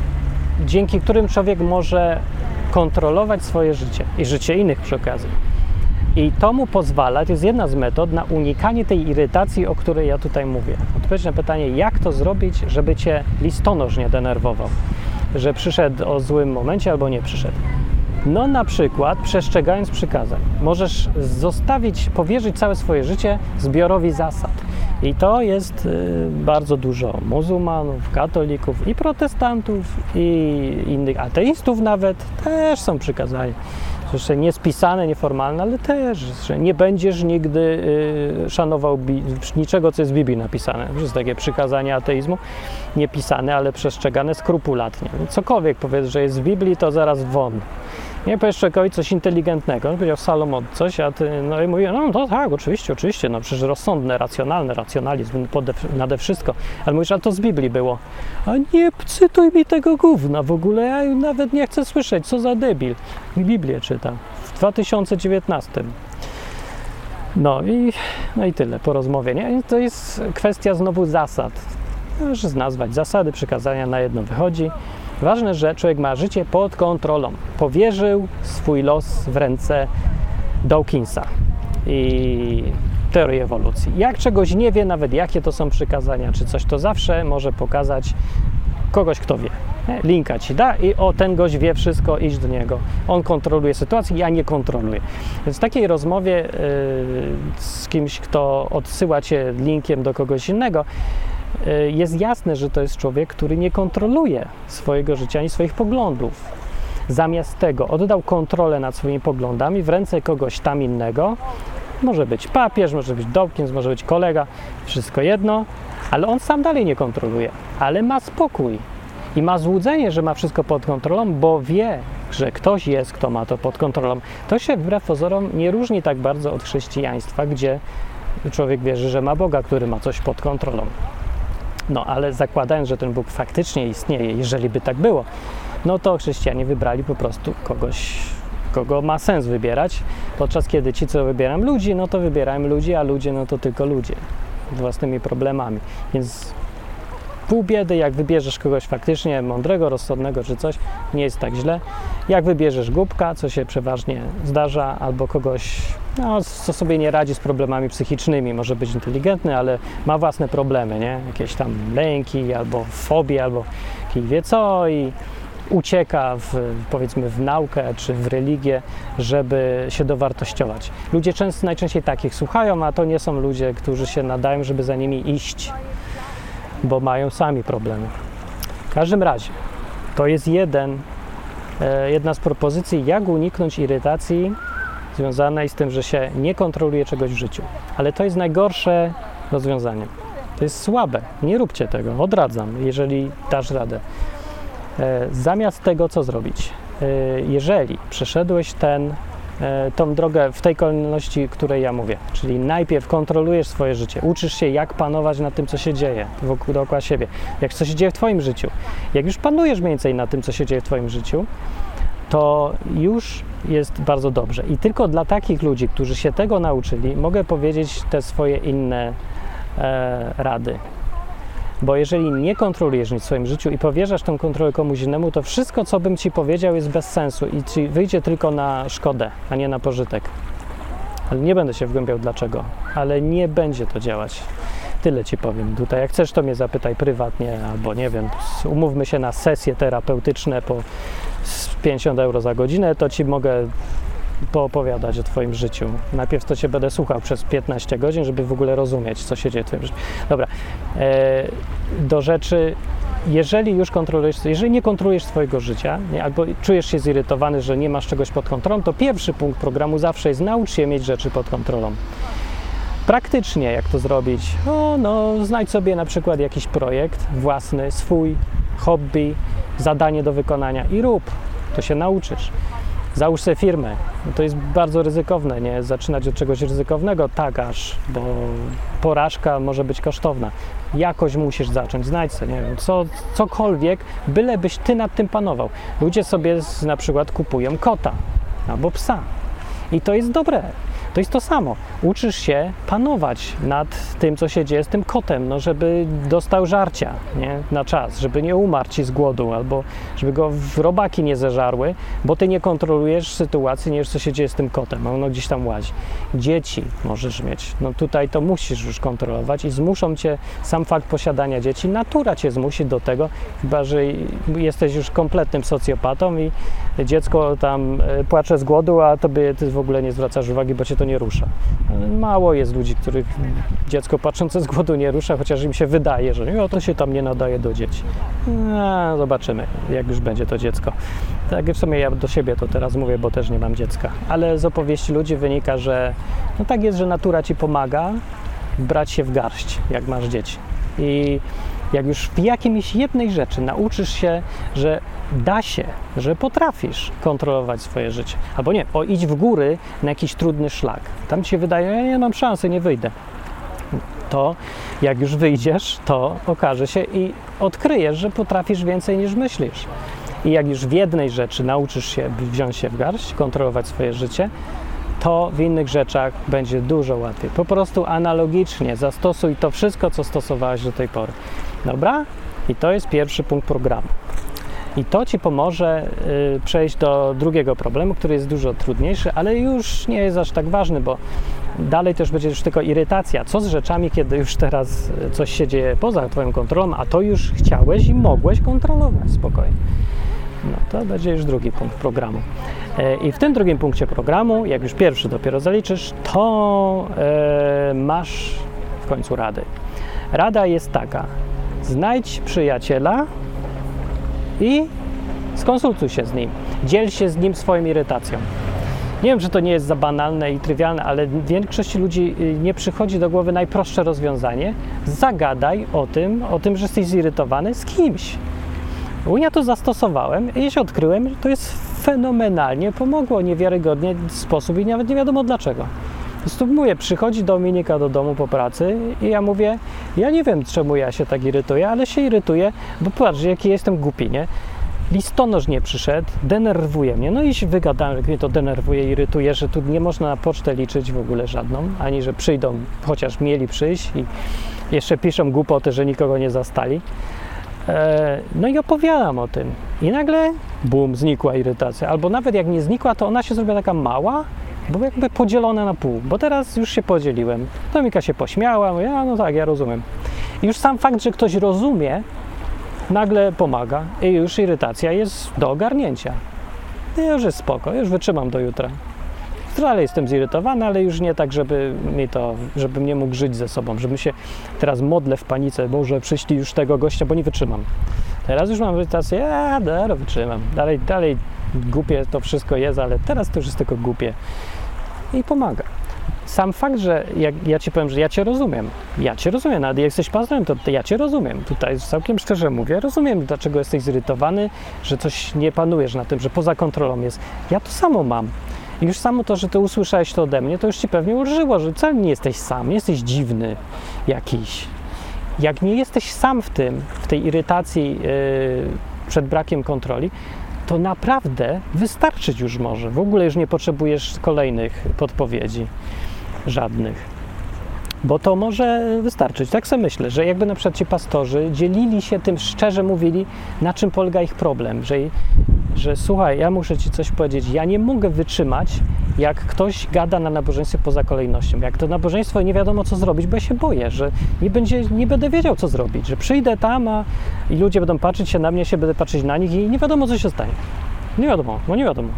dzięki którym człowiek może kontrolować swoje życie i życie innych przy okazji. I to mu pozwala, to jest jedna z metod na unikanie tej irytacji, o której ja tutaj mówię. Odpowiedź na pytanie, jak to zrobić, żeby cię listonosz nie denerwował, że przyszedł o złym momencie albo nie przyszedł. No na przykład przestrzegając przykazań. Możesz zostawić, powierzyć całe swoje życie zbiorowi zasad. I to jest y, bardzo dużo muzułmanów, katolików i protestantów i innych ateistów nawet też są przykazania. Zresztą niespisane, nieformalne, ale też, że nie będziesz nigdy y, szanował bi- niczego, co jest w Biblii napisane. To jest takie przykazanie ateizmu, niepisane, ale przestrzegane skrupulatnie. Cokolwiek powiedz, że jest w Biblii, to zaraz won. Nie powiesz człowiekowi coś inteligentnego. On powiedział Salomon coś, a ty, no i mówię, no to tak, oczywiście, oczywiście, no przecież rozsądne, racjonalne, racjonalizm pode, nade wszystko. Ale mówisz, a to z Biblii było. A nie cytuj mi tego gówna w ogóle, ja nawet nie chcę słyszeć, co za debil. Biblię czyta w dwa tysiące dziewiętnastym. No i, no i tyle po rozmowie, nie? To jest kwestia znowu zasad. Możesz nazwać zasady, przykazania, na jedno wychodzi. Ważne, że człowiek ma życie pod kontrolą. Powierzył swój los w ręce Dawkinsa i teorii ewolucji. Jak czegoś nie wie, nawet jakie to są przykazania czy coś, to zawsze może pokazać kogoś, kto wie. Linka ci da i o, ten gość wie wszystko, idź do niego. On kontroluje sytuację, ja nie kontroluję. Więc w takiej rozmowie yy, z kimś, kto odsyła cię linkiem do kogoś innego, jest jasne, że to jest człowiek, który nie kontroluje swojego życia ani swoich poglądów. Zamiast tego oddał kontrolę nad swoimi poglądami w ręce kogoś tam innego. Może być papież, może być Dawkins, może być kolega, wszystko jedno, ale on sam dalej nie kontroluje, ale ma spokój i ma złudzenie, że ma wszystko pod kontrolą, bo wie, że ktoś jest, kto ma to pod kontrolą. To się wbrew pozorom nie różni tak bardzo od chrześcijaństwa, gdzie człowiek wierzy, że ma Boga, który ma coś pod kontrolą. No, ale zakładając, że ten Bóg faktycznie istnieje, jeżeli by tak było, no to chrześcijanie wybrali po prostu kogoś, kogo ma sens wybierać, podczas kiedy ci, co wybierają ludzi, no to wybierają ludzi, a ludzie, no to tylko ludzie z własnymi problemami. Więc pół biedy, jak wybierzesz kogoś faktycznie mądrego, rozsądnego czy coś, nie jest tak źle. Jak wybierzesz głupka, co się przeważnie zdarza, albo kogoś, no, co sobie nie radzi z problemami psychicznymi, może być inteligentny, ale ma własne problemy, nie? Jakieś tam lęki, albo fobie, albo kij wie co i ucieka w, powiedzmy w naukę czy w religię, żeby się dowartościować. Ludzie często, najczęściej takich słuchają, a to nie są ludzie, którzy się nadają, żeby za nimi iść, bo mają sami problemy. W każdym razie, to jest jeden, e, jedna z propozycji, jak uniknąć irytacji związanej z tym, że się nie kontroluje czegoś w życiu. Ale to jest najgorsze rozwiązanie. To jest słabe. Nie róbcie tego. Odradzam, jeżeli dasz radę. E, zamiast tego, co zrobić? E, jeżeli przeszedłeś ten tą drogę w tej kolejności, której ja mówię. Czyli najpierw kontrolujesz swoje życie, uczysz się, jak panować nad tym, co się dzieje wokół, dookoła siebie, jak co się dzieje w twoim życiu. Jak już panujesz mniej więcej nad tym, co się dzieje w twoim życiu, to już jest bardzo dobrze. I tylko dla takich ludzi, którzy się tego nauczyli, mogę powiedzieć te swoje inne e, rady. Bo jeżeli nie kontrolujesz nic w swoim życiu i powierzasz tę kontrolę komuś innemu, to wszystko, co bym ci powiedział, jest bez sensu i ci wyjdzie tylko na szkodę, a nie na pożytek. Ale nie będę się wgłębiał dlaczego, ale nie będzie to działać. Tyle ci powiem tutaj. Jak chcesz, to mnie zapytaj prywatnie, albo nie wiem, umówmy się na sesje terapeutyczne po pięćdziesiąt euro za godzinę, to ci mogę poopowiadać o twoim życiu. Najpierw to cię będę słuchał przez piętnaście godzin, żeby w ogóle rozumieć, co się dzieje w twoim życiu. Dobra, e, do rzeczy, jeżeli już kontrolujesz, jeżeli nie kontrolujesz swojego życia, nie, albo czujesz się zirytowany, że nie masz czegoś pod kontrolą, to pierwszy punkt programu zawsze jest naucz się mieć rzeczy pod kontrolą. Praktycznie jak to zrobić? O, no, znajdź sobie na przykład jakiś projekt własny, swój, hobby, zadanie do wykonania i rób, to się nauczysz. Załóż sobie firmę. No to jest bardzo ryzykowne, nie? Zaczynać od czegoś ryzykownego, tak aż, bo porażka może być kosztowna. Jakoś musisz zacząć, znajdź sobie, nie wiem, co, cokolwiek, bylebyś ty nad tym panował. Ludzie sobie z, na przykład kupują kota albo psa i to jest dobre. To jest to samo. Uczysz się panować nad tym, co się dzieje z tym kotem, no żeby dostał żarcia, nie? Na czas, żeby nie umarł ci z głodu, albo żeby go robaki nie zeżarły, bo ty nie kontrolujesz sytuacji, nie wiesz, co się dzieje z tym kotem, a ono gdzieś tam łazi. Dzieci możesz mieć, no tutaj to musisz już kontrolować i zmuszą cię, sam fakt posiadania dzieci, natura cię zmusi do tego, chyba że jesteś już kompletnym socjopatą i dziecko tam płacze z głodu, a tobie ty w ogóle nie zwracasz uwagi, bo cię to nie rusza. Mało jest ludzi, których dziecko patrzące z głodu nie rusza, chociaż im się wydaje, że no, to się tam nie nadaje do dzieci. No, zobaczymy, jak już będzie to dziecko. Tak w sumie ja do siebie to teraz mówię, bo też nie mam dziecka. Ale z opowieści ludzi wynika, że no tak jest, że natura ci pomaga brać się w garść, jak masz dzieci. I jak już w jakiejś jednej rzeczy nauczysz się, że da się, że potrafisz kontrolować swoje życie, albo nie, o idź w góry na jakiś trudny szlak. Tam ci się wydaje, ja nie mam szansy, nie wyjdę. To jak już wyjdziesz, to okaże się i odkryjesz, że potrafisz więcej niż myślisz. I jak już w jednej rzeczy nauczysz się wziąć się w garść, kontrolować swoje życie, to w innych rzeczach będzie dużo łatwiej. Po prostu analogicznie zastosuj to wszystko, co stosowałeś do tej pory. Dobra? I to jest pierwszy punkt programu. I to ci pomoże y, przejść do drugiego problemu, który jest dużo trudniejszy, ale już nie jest aż tak ważny, bo dalej też będzie już tylko irytacja. Co z rzeczami, kiedy już teraz coś się dzieje poza twoją kontrolą, a to już chciałeś i mogłeś kontrolować spokojnie. No to będzie już drugi punkt programu. E, I w tym drugim punkcie programu, jak już pierwszy dopiero zaliczysz, to e, masz w końcu rady. Rada jest taka: znajdź przyjaciela i skonsultuj się z nim. Dziel się z nim swoją irytacją. Nie wiem, czy to nie jest za banalne i trywialne, ale większości ludzi nie przychodzi do głowy najprostsze rozwiązanie. Zagadaj o tym, o tym, że jesteś zirytowany z kimś. Ja to zastosowałem i się odkryłem, że to jest fenomenalnie pomogło, niewiarygodnie sposób i nawet nie wiadomo dlaczego. Po prostu mówię, przychodzi Dominika do domu po pracy i ja mówię, ja nie wiem, czemu ja się tak irytuję, ale się irytuję, bo patrz, jaki jestem głupi, nie? Listonosz nie przyszedł, denerwuje mnie, no i się wygadałem, jak mnie to denerwuje, irytuje, że tu nie można na pocztę liczyć w ogóle żadną, ani że przyjdą, chociaż mieli przyjść i jeszcze piszą głupoty, że nikogo nie zastali. No i opowiadam o tym. I nagle, bum, znikła irytacja. Albo nawet jak nie znikła, to ona się zrobiła taka mała, bo jakby podzielona na pół. Bo teraz już się podzieliłem. Domika się pośmiała, mówię, a no tak, ja rozumiem. I już sam fakt, że ktoś rozumie, nagle pomaga i już irytacja jest do ogarnięcia. I już jest spoko, już wytrzymam do jutra. Dalej jestem zirytowany, ale już nie tak, żeby mi to, żebym nie mógł żyć ze sobą, żebym się teraz modlę w panice, Boże, przyślij już tego gościa, bo nie wytrzymam. Teraz już mam irytację, a dobra, wytrzymam. Dalej, dalej głupie to wszystko jest, ale teraz to już jest tylko głupie. I pomaga. Sam fakt, że jak ja ci powiem, że ja cię rozumiem, ja cię rozumiem, nawet jak jesteś pastorem, to ja cię rozumiem. Tutaj całkiem szczerze mówię, rozumiem, dlaczego jesteś zirytowany, że coś nie panujesz na tym, że poza kontrolą jest. Ja to samo mam. I już samo to, że ty usłyszałeś to ode mnie, to już ci pewnie ulżyło, że wcale nie jesteś sam, nie jesteś dziwny jakiś. Jak nie jesteś sam w tym, w tej irytacji yy, przed brakiem kontroli, to naprawdę wystarczyć już może. W ogóle już nie potrzebujesz kolejnych podpowiedzi, żadnych. Bo to może wystarczyć. Tak sobie myślę, że jakby na przykład ci pastorzy dzielili się tym, szczerze mówili, na czym polega ich problem, że, że słuchaj, ja muszę ci coś powiedzieć, ja nie mogę wytrzymać, jak ktoś gada na nabożeństwie poza kolejnością. Jak to nabożeństwo nie wiadomo co zrobić, bo ja się boję, że nie, będzie, nie będę wiedział co zrobić, że przyjdę tam, a i ludzie będą patrzeć się na mnie, się będę patrzeć na nich i nie wiadomo co się stanie. Nie wiadomo, no nie wiadomo.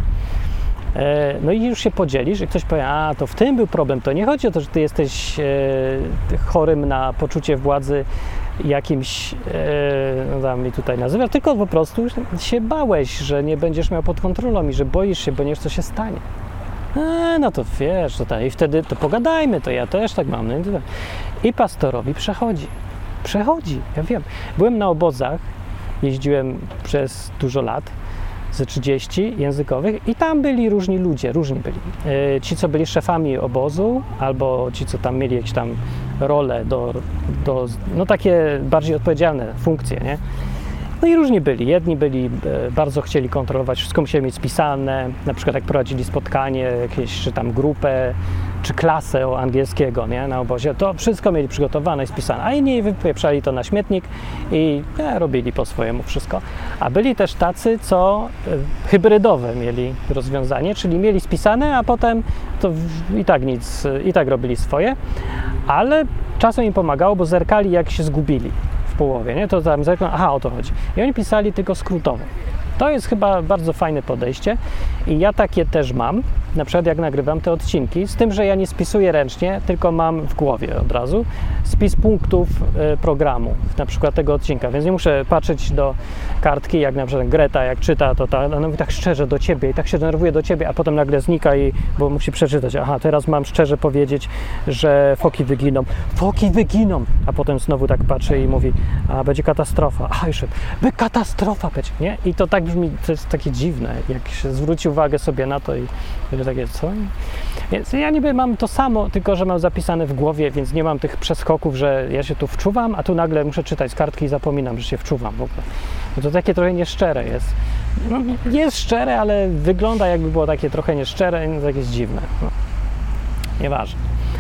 No i już się podzielisz i ktoś powie, a to w tym był problem, to nie chodzi o to, że ty jesteś e, chorym na poczucie władzy jakimś, e, no tam mi tutaj nazywa, tylko po prostu się bałeś, że nie będziesz miał pod kontrolą i że boisz się, bo nie wiesz co się stanie. E, no to wiesz, to tak, i wtedy to pogadajmy, to ja też tak mam. No i, I pastorowi przechodzi, przechodzi, ja wiem. Byłem na obozach, jeździłem przez dużo lat, ze trzydziestu językowych i tam byli różni ludzie, różni byli. E, ci, co byli szefami obozu, albo ci, co tam mieli jakieś tam role do, do no takie bardziej odpowiedzialne funkcje, nie? No i różni byli. Jedni byli, e, bardzo chcieli kontrolować, wszystko musieli mieć spisane, na przykład jak prowadzili spotkanie, jakieś czy tam grupę, czy klasę angielskiego, nie, na obozie, to wszystko mieli przygotowane i spisane, a inni wypieprzali to na śmietnik i e, robili po swojemu wszystko. A byli też tacy, co e, hybrydowe mieli rozwiązanie, czyli mieli spisane, a potem to w, i tak nic, i tak robili swoje, ale czasem im pomagało, bo zerkali jak się zgubili w połowie, nie, to tam zerkną, aha, o to chodzi. I oni pisali tylko skrótowo. To jest chyba bardzo fajne podejście i ja takie też mam. na przykład jak nagrywam te odcinki, z tym, że ja nie spisuję ręcznie, tylko mam w głowie od razu spis punktów y, programu, na przykład tego odcinka, więc nie muszę patrzeć do kartki, jak na przykład Greta, jak czyta, to ta, ona mówi tak szczerze do ciebie i tak się denerwuje do ciebie, a potem nagle znika i, bo musi przeczytać, aha, teraz mam szczerze powiedzieć, że foki wyginą, foki wyginą, a potem znowu tak patrzy i mówi, a będzie katastrofa, a już, by katastrofa będzie, nie? I to tak brzmi, to jest takie dziwne, jak się zwróci uwagę sobie na to i będzie takie, co? Więc ja niby mam to samo, tylko że mam zapisane w głowie, więc nie mam tych przeskoków, że ja się tu wczuwam, a tu nagle muszę czytać z kartki i zapominam, że się wczuwam w ogóle. No to takie trochę nieszczere jest. No, jest szczere, ale wygląda jakby było takie trochę nieszczere, no, jakieś dziwne. No. Nieważne.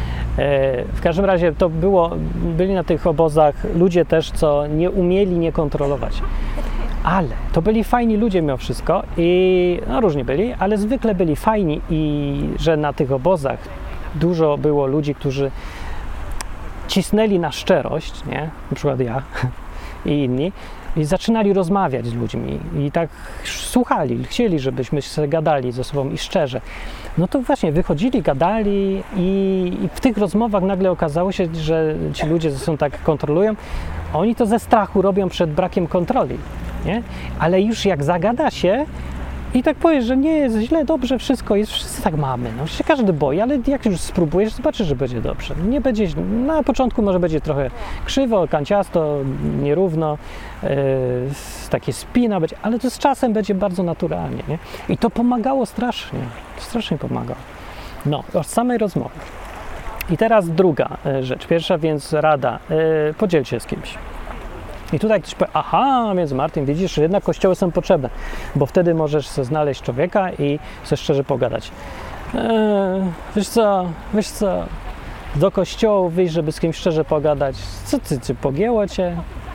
W każdym razie to było, byli na tych obozach ludzie też, co nie umieli nie kontrolować. Ale to byli fajni ludzie mimo wszystko i no różni byli, ale zwykle byli fajni i że na tych obozach dużo było ludzi, którzy cisnęli na szczerość, nie? Na przykład ja i inni, i zaczynali rozmawiać z ludźmi i tak słuchali, chcieli, żebyśmy się gadali ze sobą i szczerze. No to właśnie wychodzili, gadali i, i w tych rozmowach nagle okazało się, że ci ludzie ze sobą tak kontrolują, oni to ze strachu robią przed brakiem kontroli, nie? Ale już jak zagada się i tak powiesz, że nie jest źle, dobrze, wszystko jest, wszyscy tak mamy, no się każdy boi, ale jak już spróbujesz, zobaczysz, że będzie dobrze. Nie będzie, na początku może będzie trochę krzywo, kanciasto, nierówno, yy, takie spina będzie, ale to z czasem będzie bardzo naturalnie, nie? I to pomagało strasznie, strasznie pomagało. No, od samej rozmowy. I teraz druga rzecz, pierwsza więc rada, yy, podziel się z kimś. I tutaj ktoś powie, aha, więc Martin, widzisz, że jednak kościoły są potrzebne, bo wtedy możesz sobie znaleźć człowieka i sobie szczerze pogadać. Eee, wiesz co, wiesz co, do kościołu wyjść, żeby z kimś szczerze pogadać, co ty, ty pogięło cię?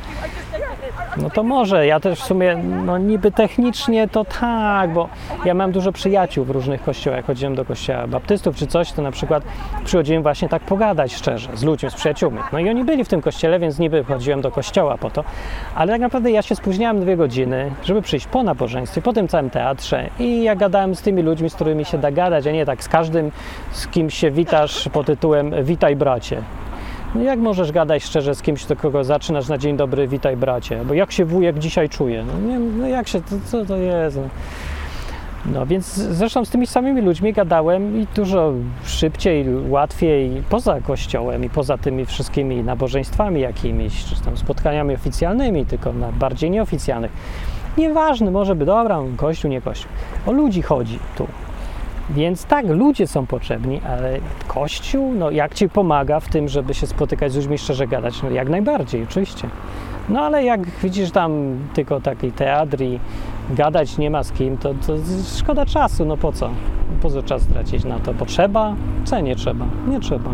No to może, ja też w sumie, no niby technicznie to tak, bo ja mam dużo przyjaciół w różnych kościołach, jak chodziłem do kościoła baptystów czy coś, to na przykład przychodziłem właśnie tak pogadać szczerze z ludźmi, z przyjaciółmi. No i oni byli w tym kościele, więc niby chodziłem do kościoła po to, ale tak naprawdę ja się spóźniałem dwie godziny, żeby przyjść po nabożeństwie, po tym całym teatrze i ja gadałem z tymi ludźmi, z którymi się da gadać, a nie tak z każdym, z kim się witasz pod tytułem witaj bracie. No jak możesz gadać szczerze z kimś, do kogo zaczynasz na dzień dobry, witaj bracie, bo jak się wujek dzisiaj czuje? No, nie, no jak się, to, co to jest? No. no więc zresztą z tymi samymi ludźmi gadałem i dużo szybciej, łatwiej poza kościołem i poza tymi wszystkimi nabożeństwami jakimiś, czy tam spotkaniami oficjalnymi, tylko na bardziej nieoficjalnych. Nieważne, może by, dobra, kościół, nie kościół. O ludzi chodzi tu. Więc tak, ludzie są potrzebni, ale Kościół, no jak ci pomaga w tym, żeby się spotykać z ludźmi, szczerze gadać? No jak najbardziej, oczywiście. No ale jak widzisz tam tylko taki teatr i gadać nie ma z kim, to, to szkoda czasu, no po co? Po co czas tracić na to? Potrzeba? Co nie trzeba? Nie trzeba.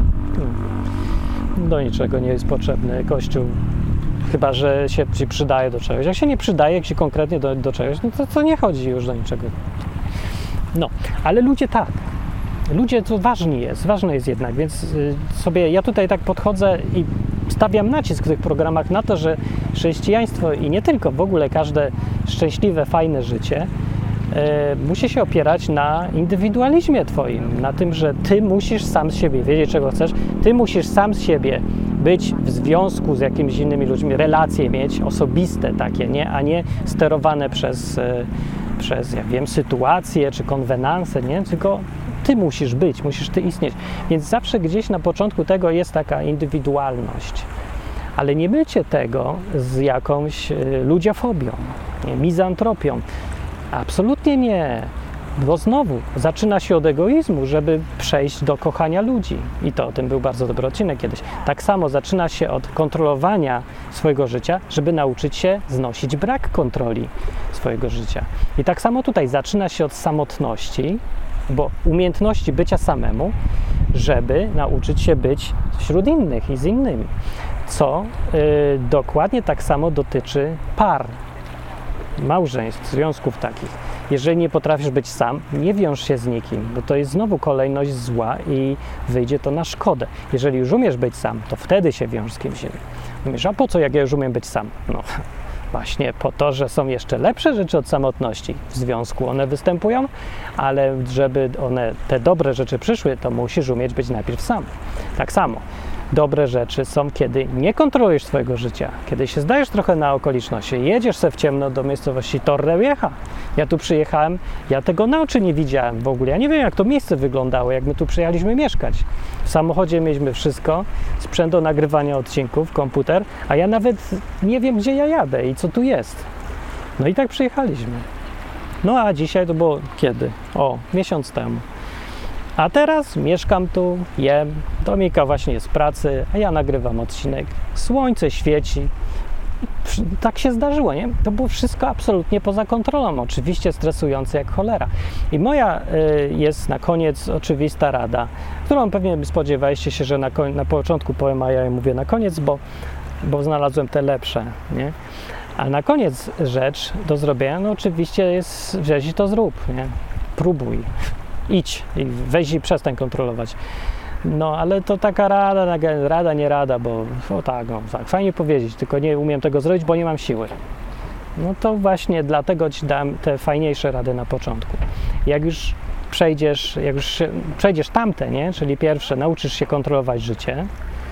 No. Do niczego nie jest potrzebny Kościół. Chyba że się ci przydaje do czegoś. Jak się nie przydaje, jak się konkretnie do, do czegoś, no to, to nie chodzi już do niczego. No, ale ludzie tak. Ludzie to ważni jest, ważne jest jednak, więc sobie ja tutaj tak podchodzę i stawiam nacisk w tych programach na to, że chrześcijaństwo i nie tylko, w ogóle każde szczęśliwe, fajne życie e, musi się opierać na indywidualizmie twoim, na tym, że ty musisz sam z siebie wiedzieć, czego chcesz, ty musisz sam z siebie być w związku z jakimiś innymi ludźmi, relacje mieć osobiste takie, nie, a nie sterowane przez e, przez, jak wiem, sytuacje czy konwenanse, nie? Tylko ty musisz być, musisz ty istnieć. Więc zawsze gdzieś na początku tego jest taka indywidualność. Ale nie mycie tego z jakąś y, ludziofobią, nie? Mizantropią. Absolutnie nie. Bo znowu zaczyna się od egoizmu, żeby przejść do kochania ludzi. I to o tym był bardzo dobry odcinek kiedyś. Tak samo zaczyna się od kontrolowania swojego życia, żeby nauczyć się znosić brak kontroli swojego życia. I tak samo tutaj zaczyna się od samotności, bo umiejętności bycia samemu, żeby nauczyć się być wśród innych i z innymi. Co yy, dokładnie tak samo dotyczy par, małżeństw, związków takich. Jeżeli nie potrafisz być sam, nie wiąż się z nikim, bo to jest znowu kolejność zła i wyjdzie to na szkodę. Jeżeli już umiesz być sam, to wtedy się wiąż z kimś innym. Mówisz, a po co, jak ja już umiem być sam? No, właśnie po to, że są jeszcze lepsze rzeczy od samotności. W związku one występują, ale żeby one, te dobre rzeczy przyszły, to musisz umieć być najpierw sam. Tak samo. Dobre rzeczy są, kiedy nie kontrolujesz swojego życia, kiedy się zdajesz trochę na okoliczności, jedziesz se w ciemno do miejscowości Torrevieja. Ja tu przyjechałem, ja tego na oczy nie widziałem w ogóle, ja nie wiem, jak to miejsce wyglądało, jak my tu przyjechaliśmy mieszkać. W samochodzie mieliśmy wszystko, sprzęt do nagrywania odcinków, komputer, a ja nawet nie wiem, gdzie ja jadę i co tu jest. No i tak przyjechaliśmy. No a dzisiaj to było kiedy? O, miesiąc temu. A teraz mieszkam tu, jem, Dominika właśnie jest w pracy, a ja nagrywam odcinek. Słońce świeci. Tak się zdarzyło, nie? To było wszystko absolutnie poza kontrolą, oczywiście stresujące jak cholera. I moja y, jest na koniec oczywista rada, którą pewnie spodziewaliście się, że na, na początku powiem, a ja mówię na koniec, bo, bo znalazłem te lepsze, nie? A na koniec rzecz do zrobienia, no oczywiście jest wziąć i to zrób, nie? Próbuj. Idź i weź i przestań kontrolować. No, ale to taka rada, rada, nie rada, bo o tak, no, tak, fajnie powiedzieć, tylko nie umiem tego zrobić, bo nie mam siły. No to właśnie dlatego ci dałem te fajniejsze rady na początku. Jak już przejdziesz, jak już się, przejdziesz tamte, nie? Czyli pierwsze, nauczysz się kontrolować życie,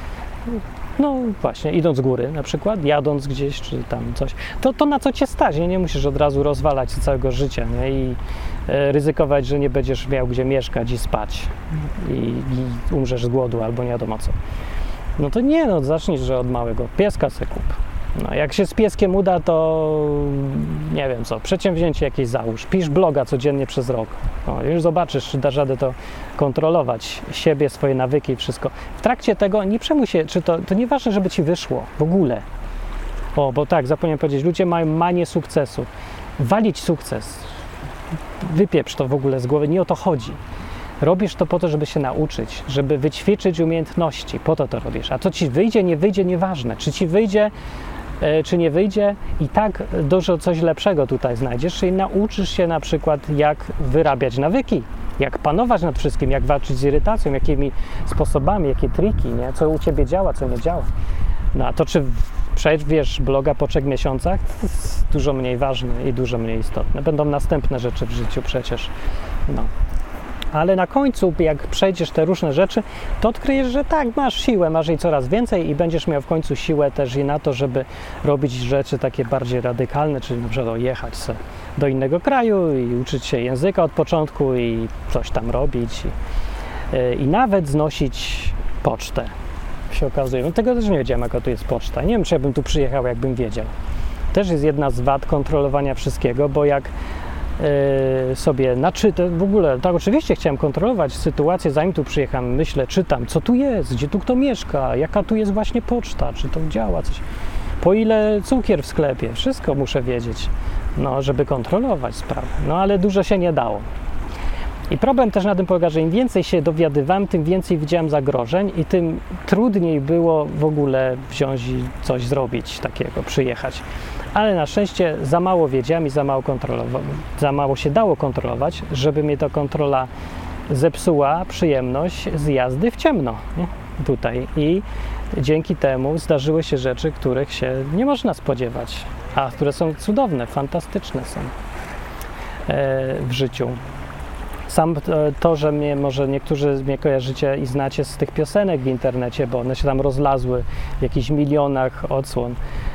no właśnie, idąc z góry na przykład, jadąc gdzieś, czy tam coś, to, to na co cię stać, nie? Nie musisz od razu rozwalać całego życia, nie? I e, ryzykować, że nie będziesz miał gdzie mieszkać i spać i, i umrzesz z głodu albo nie wiadomo co. No to nie, no zacznij, że od małego pieska se kup. No jak się z pieskiem uda, to nie wiem co, przedsięwzięcie jakieś załóż, pisz bloga codziennie przez rok. No, już zobaczysz, czy dasz radę to kontrolować, siebie, swoje nawyki i wszystko. W trakcie tego nie przejmuj się, czy to, to nieważne, żeby ci wyszło w ogóle. O, bo tak, zapomniałem powiedzieć, ludzie mają manię sukcesu. Walić sukces, wypieprz to w ogóle z głowy, nie o to chodzi. Robisz to po to, żeby się nauczyć, żeby wyćwiczyć umiejętności, po to to robisz. A co ci wyjdzie, nie wyjdzie, nieważne. Czy ci wyjdzie, e, czy nie wyjdzie, i tak dużo coś lepszego tutaj znajdziesz, czyli nauczysz się na przykład, jak wyrabiać nawyki, jak panować nad wszystkim, jak walczyć z irytacją, jakimi sposobami, jakie triki, nie? Co u ciebie działa, co nie działa. No a to, czy przejdziesz bloga po trzech miesiącach, to jest dużo mniej ważne i dużo mniej istotne. Będą następne rzeczy w życiu przecież. No. Ale na końcu, jak przejdziesz te różne rzeczy, to odkryjesz, że tak, masz siłę, masz jej coraz więcej i będziesz miał w końcu siłę też i na to, żeby robić rzeczy takie bardziej radykalne, czyli na przykład jechać sobie do innego kraju i uczyć się języka od początku i coś tam robić i, i nawet znosić pocztę. Się okazuje. No tego też nie wiedziałem, jaka tu jest poczta. Nie wiem, czy ja bym tu przyjechał, jakbym wiedział. Też jest jedna z wad kontrolowania wszystkiego, bo jak Yy, sobie naczytam, w ogóle, tak oczywiście chciałem kontrolować sytuację, zanim tu przyjechałem, myślę, czytam, co tu jest, gdzie tu kto mieszka, jaka tu jest właśnie poczta, czy to działa coś, po ile cukier w sklepie, wszystko muszę wiedzieć, no, żeby kontrolować sprawę, no, ale dużo się nie dało. I problem też na tym polega, że im więcej się dowiadywałem, tym więcej widziałem zagrożeń i tym trudniej było w ogóle wziąć i coś zrobić takiego, przyjechać. Ale na szczęście za mało wiedziałem i za mało kontrolowałem, za mało się dało kontrolować, żeby mnie ta kontrola zepsuła przyjemność z jazdy w ciemno, nie? Tutaj. I dzięki temu zdarzyły się rzeczy, których się nie można spodziewać, a które są cudowne, fantastyczne są w życiu. Sam to, że mnie może niektórzy mnie kojarzycie i znacie z tych piosenek w internecie, bo one się tam rozlazły w jakichś milionach odsłon,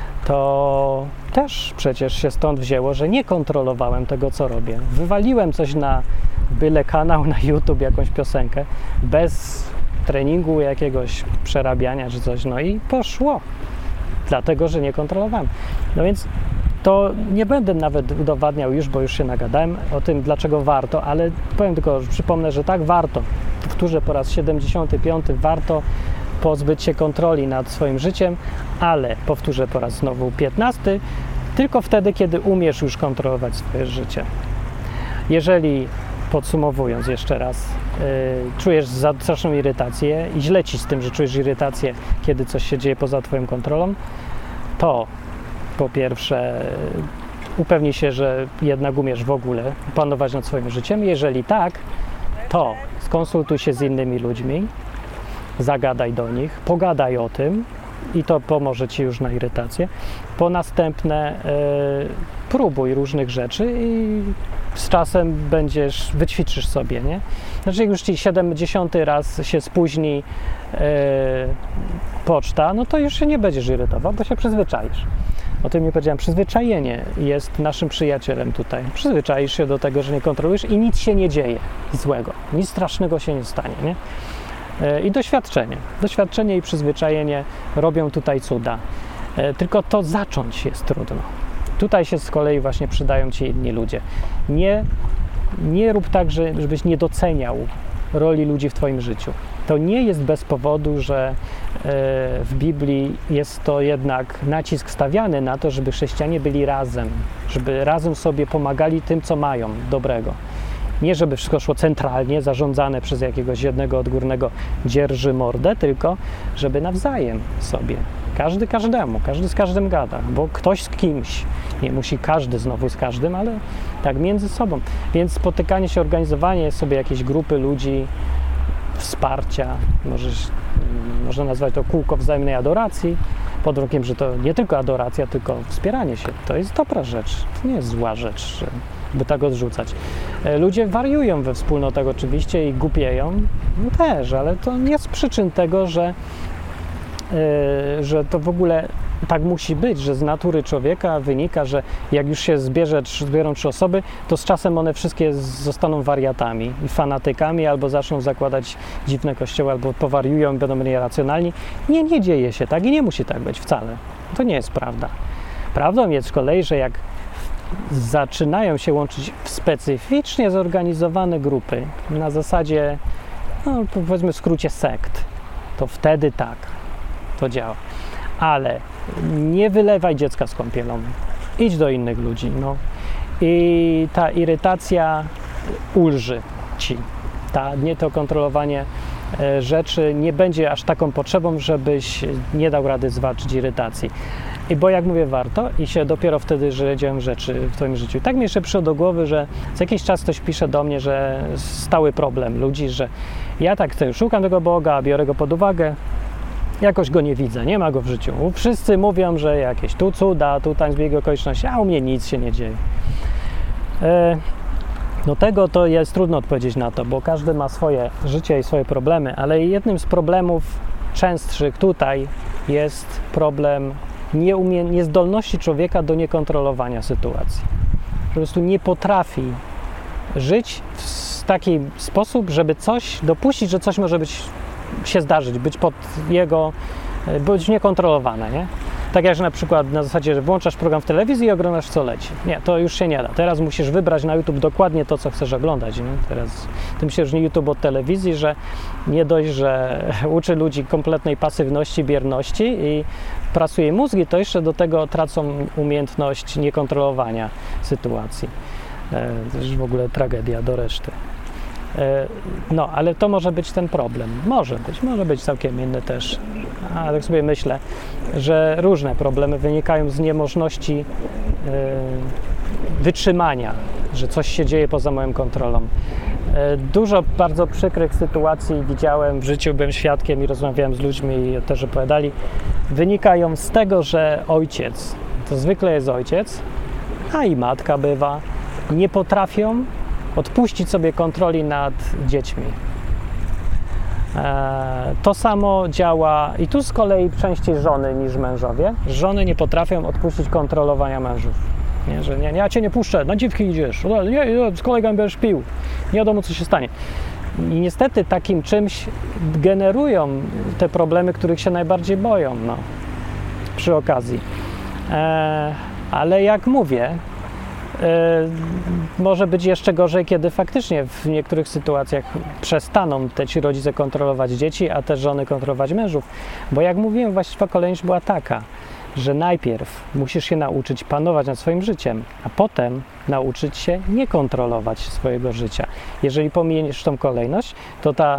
to też przecież się stąd wzięło, że nie kontrolowałem tego, co robię. Wywaliłem coś na byle kanał na YouTube, jakąś piosenkę, bez treningu jakiegoś przerabiania czy coś, no i poszło. Dlatego, że nie kontrolowałem. No więc to nie będę nawet udowadniał już, bo już się nagadałem o tym, dlaczego warto, ale powiem tylko, że przypomnę, że tak warto. Powtórzę po raz siedemdziesiąty piąty, warto pozbyć się kontroli nad swoim życiem, ale powtórzę po raz znowu piętnasty, tylko wtedy, kiedy umiesz już kontrolować swoje życie. Jeżeli, podsumowując jeszcze raz, yy, czujesz za straszną irytację i źle ci z tym, że czujesz irytację, kiedy coś się dzieje poza twoją kontrolą, to po pierwsze upewnij się, że jednak umiesz w ogóle panować nad swoim życiem. Jeżeli tak, to skonsultuj się z innymi ludźmi, zagadaj do nich, pogadaj o tym, i to pomoże ci już na irytację. Po następne y, próbuj różnych rzeczy i z czasem będziesz, wyćwiczysz sobie, nie? Znaczy jak już ci siedemdziesiąty raz się spóźni y, poczta, no to już się nie będziesz irytował, bo się przyzwyczaisz. O tym nie powiedziałem. Przyzwyczajenie jest naszym przyjacielem tutaj. Przyzwyczaisz się do tego, że nie kontrolujesz i nic się nie dzieje złego. Nic strasznego się nie stanie, nie? I doświadczenie. Doświadczenie i przyzwyczajenie robią tutaj cuda. Tylko to zacząć jest trudno. Tutaj się z kolei właśnie przydają ci inni ludzie. Nie, nie rób tak, że, żebyś nie doceniał roli ludzi w twoim życiu. To nie jest bez powodu, że w Biblii jest to jednak nacisk stawiany na to, żeby chrześcijanie byli razem, żeby razem sobie pomagali tym, co mają dobrego. Nie żeby wszystko szło centralnie, zarządzane przez jakiegoś jednego odgórnego dzierży mordę, tylko żeby nawzajem sobie. Każdy każdemu, każdy z każdym gada, bo ktoś z kimś. Nie musi każdy znowu z każdym, ale tak między sobą. Więc spotykanie się, organizowanie sobie jakiejś grupy ludzi, wsparcia, możesz, można nazwać to kółko wzajemnej adoracji, pod warunkiem, że to nie tylko adoracja, tylko wspieranie się. To jest dobra rzecz, to nie jest zła rzecz, by tak odrzucać. Ludzie wariują we wspólnotach oczywiście i głupieją, no też, ale to nie z przyczyn tego, że, yy, że to w ogóle tak musi być, że z natury człowieka wynika, że jak już się zbierze, zbiorą trzy osoby, to z czasem one wszystkie zostaną wariatami i fanatykami, albo zaczną zakładać dziwne kościoły, albo powariują i będą nieracjonalni. Nie, nie dzieje się tak i nie musi tak być wcale. To nie jest prawda. Prawdą jest z kolei, że jak zaczynają się łączyć w specyficznie zorganizowane grupy, na zasadzie, no powiedzmy w skrócie sekt, to wtedy tak, to działa. Ale nie wylewaj dziecka z kąpielą. Idź do innych ludzi, no. I ta irytacja ulży ci. Ta, nie to kontrolowanie e, rzeczy nie będzie aż taką potrzebą, żebyś nie dał rady zwalczyć irytacji. I bo jak mówię, warto i się dopiero wtedy, że dzieją rzeczy w twoim życiu. Tak mi jeszcze przyszło do głowy, że co jakiś czas ktoś pisze do mnie, że stały problem ludzi, że ja tak szukam tego Boga, biorę go pod uwagę, jakoś go nie widzę, nie ma go w życiu. Wszyscy mówią, że jakieś tu cuda, tu tam zbieg okoliczności, a u mnie nic się nie dzieje. E, no tego to jest trudno odpowiedzieć na to, bo każdy ma swoje życie i swoje problemy, ale jednym z problemów częstszych tutaj jest problem nieumie- niezdolności człowieka do niekontrolowania sytuacji. Po prostu nie potrafi żyć w taki sposób, żeby coś dopuścić, że coś może być się zdarzyć, być pod jego, być niekontrolowane, nie? Tak jak na przykład na zasadzie, że włączasz program w telewizji i oglądasz co leci. Nie, to już się nie da. Teraz musisz wybrać na YouTube dokładnie to, co chcesz oglądać. Nie? Teraz tym się różni YouTube od telewizji, że nie dość, że uczy ludzi kompletnej pasywności, bierności i pracuje mózgi, to jeszcze do tego tracą umiejętność niekontrolowania sytuacji. To już w ogóle tragedia do reszty. No, ale to może być ten problem. Może być, może być całkiem inny też. A tak sobie myślę, że różne problemy wynikają z niemożności yy, wytrzymania, że coś się dzieje poza moją kontrolą. Yy, dużo bardzo przykrych sytuacji widziałem w życiu, byłem świadkiem i rozmawiałem z ludźmi i też opowiadali, wynikają z tego, że ojciec, to zwykle jest ojciec, a i matka bywa, nie potrafią odpuścić sobie kontroli nad dziećmi. E, to samo działa i tu z kolei częściej żony niż mężowie. Żony nie potrafią odpuścić kontrolowania mężów. Nie, że nie, ja cię nie puszczę, na dziwki idziesz, nie, nie, z kolegami będziesz pił, nie wiadomo co się stanie. I niestety takim czymś generują te problemy, których się najbardziej boją, no, przy okazji. E, ale jak mówię, Yy, może być jeszcze gorzej, kiedy faktycznie w niektórych sytuacjach przestaną te ci rodzice kontrolować dzieci, a te żony kontrolować mężów. Bo jak mówiłem, właściwa kolejność była taka, że najpierw musisz się nauczyć panować nad swoim życiem, a potem nauczyć się nie kontrolować swojego życia. Jeżeli pominiesz tą kolejność, to ta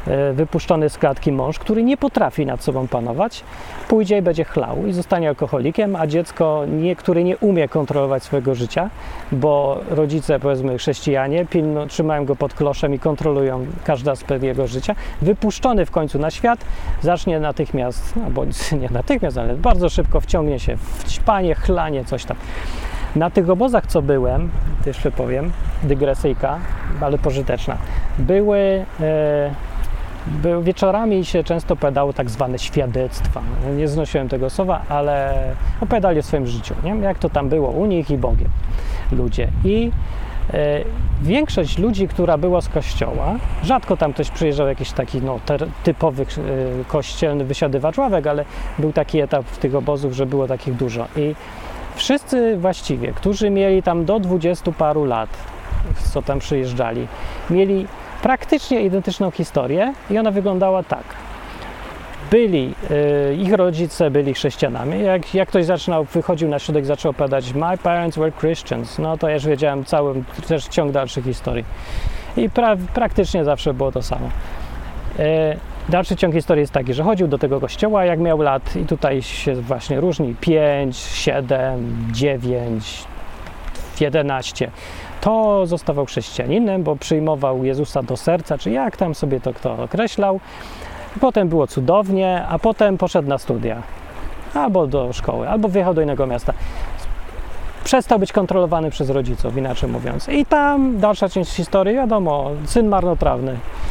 wypuszczony z klatki mąż, który nie potrafi nad sobą panować, pójdzie i będzie chlał i zostanie alkoholikiem, a dziecko, nie, które nie umie kontrolować swojego życia, bo rodzice, powiedzmy chrześcijanie, pilno, trzymają go pod kloszem i kontrolują każdy aspekt jego życia, wypuszczony w końcu na świat, zacznie natychmiast, no bądź nie natychmiast, ale bardzo szybko wciągnie się w ćpanie, chlanie, coś tam. Na tych obozach, co byłem, to jeszcze powiem, dygresyjka, ale pożyteczna, były, e, były wieczorami się często opowiadało tak zwane świadectwa. Nie znosiłem tego słowa, ale opowiadali o swoim życiu, nie? Jak to tam było u nich i Bogiem ludzie. I e, większość ludzi, która była z kościoła, rzadko tam ktoś przyjeżdżał, jakiś taki no, ter, typowy e, kościelny wysiadywacz ławek, ale był taki etap w tych obozów, że było takich dużo. I wszyscy właściwie, którzy mieli tam do dwudziestu paru lat, co tam przyjeżdżali, mieli praktycznie identyczną historię i ona wyglądała tak. Byli, y, ich rodzice byli chrześcijanami. Jak, jak ktoś zaczynał, wychodził na środek, zaczął opowiadać My parents were Christians, no to ja już wiedziałem cały też ciąg dalszych historii. I pra, praktycznie zawsze było to samo. Y, Dalszy ciąg historii jest taki, że chodził do tego kościoła, jak miał lat i tutaj się właśnie różni pięć, siedem, dziewięć, jedenaście. To zostawał chrześcijaninem, bo przyjmował Jezusa do serca, czy jak tam sobie to kto określał. Potem było cudownie, a potem poszedł na studia, albo do szkoły, albo wyjechał do innego miasta. Przestał być kontrolowany przez rodziców, inaczej mówiąc. I tam dalsza część historii, wiadomo, syn marnotrawny.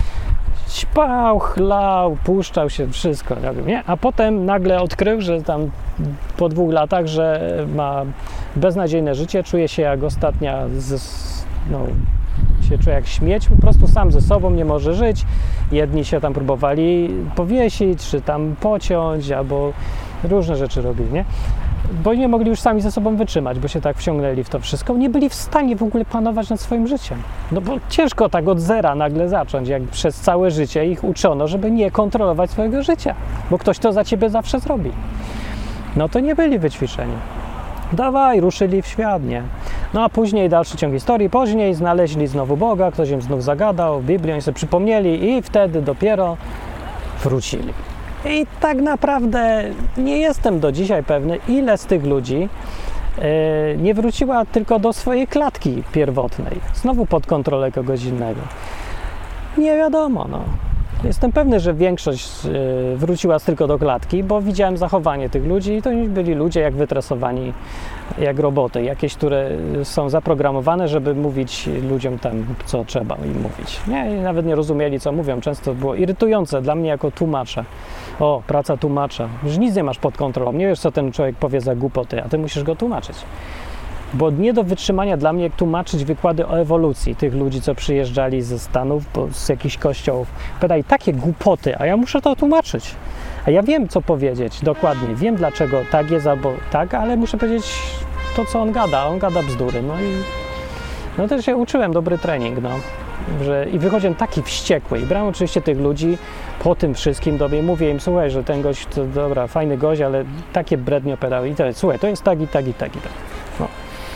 Śpał, chlał, puszczał się, wszystko, nie? A potem nagle odkrył, że tam po dwóch latach, że ma beznadziejne życie, czuje się jak ostatnia, z, no, się czuje jak śmieć, po prostu sam ze sobą nie może żyć. Jedni się tam próbowali powiesić, czy tam pociąć, albo różne rzeczy robili, nie? Bo nie mogli już sami ze sobą wytrzymać, bo się tak wciągnęli w to wszystko. Nie byli w stanie w ogóle panować nad swoim życiem. No bo ciężko tak od zera nagle zacząć, jak przez całe życie ich uczono, żeby nie kontrolować swojego życia, bo ktoś to za ciebie zawsze zrobi. No to nie byli wyćwiczeni. Dawaj, ruszyli w świat, nie? No a później dalszy ciąg historii, później znaleźli znowu Boga, ktoś im znów zagadał, Biblię oni sobie przypomnieli i wtedy dopiero wrócili. I tak naprawdę nie jestem do dzisiaj pewny, ile z tych ludzi yy, nie wróciła tylko do swojej klatki pierwotnej, znowu pod kontrolę kogoś innego. Nie wiadomo, no. Jestem pewny, że większość yy, wróciła tylko do klatki, bo widziałem zachowanie tych ludzi i to byli ludzie jak wytresowani, jak roboty, jakieś, które są zaprogramowane, żeby mówić ludziom tam, co trzeba im mówić. Nie, i nawet nie rozumieli, co mówią. Często było irytujące dla mnie jako tłumacza. O, praca tłumacza. Już nic nie masz pod kontrolą. Nie wiesz, co ten człowiek powie za głupoty, a ty musisz go tłumaczyć. Bo nie do wytrzymania dla mnie, jak tłumaczyć wykłady o ewolucji tych ludzi, co przyjeżdżali ze Stanów, z jakichś kościołów. Pytaj, takie głupoty, a ja muszę to tłumaczyć. A ja wiem, co powiedzieć dokładnie. Wiem, dlaczego tak jest albo tak, ale muszę powiedzieć to, co on gada. On gada bzdury. No i no też się uczyłem, dobry trening, no. Że, i wychodziłem taki wściekły i brałem oczywiście tych ludzi po tym wszystkim, dobie mówię im, słuchaj, że ten gość to dobra, fajny gość, ale takie brednie opowiadał i to jest, słuchaj, to jest tak i tak i tak i tak. No.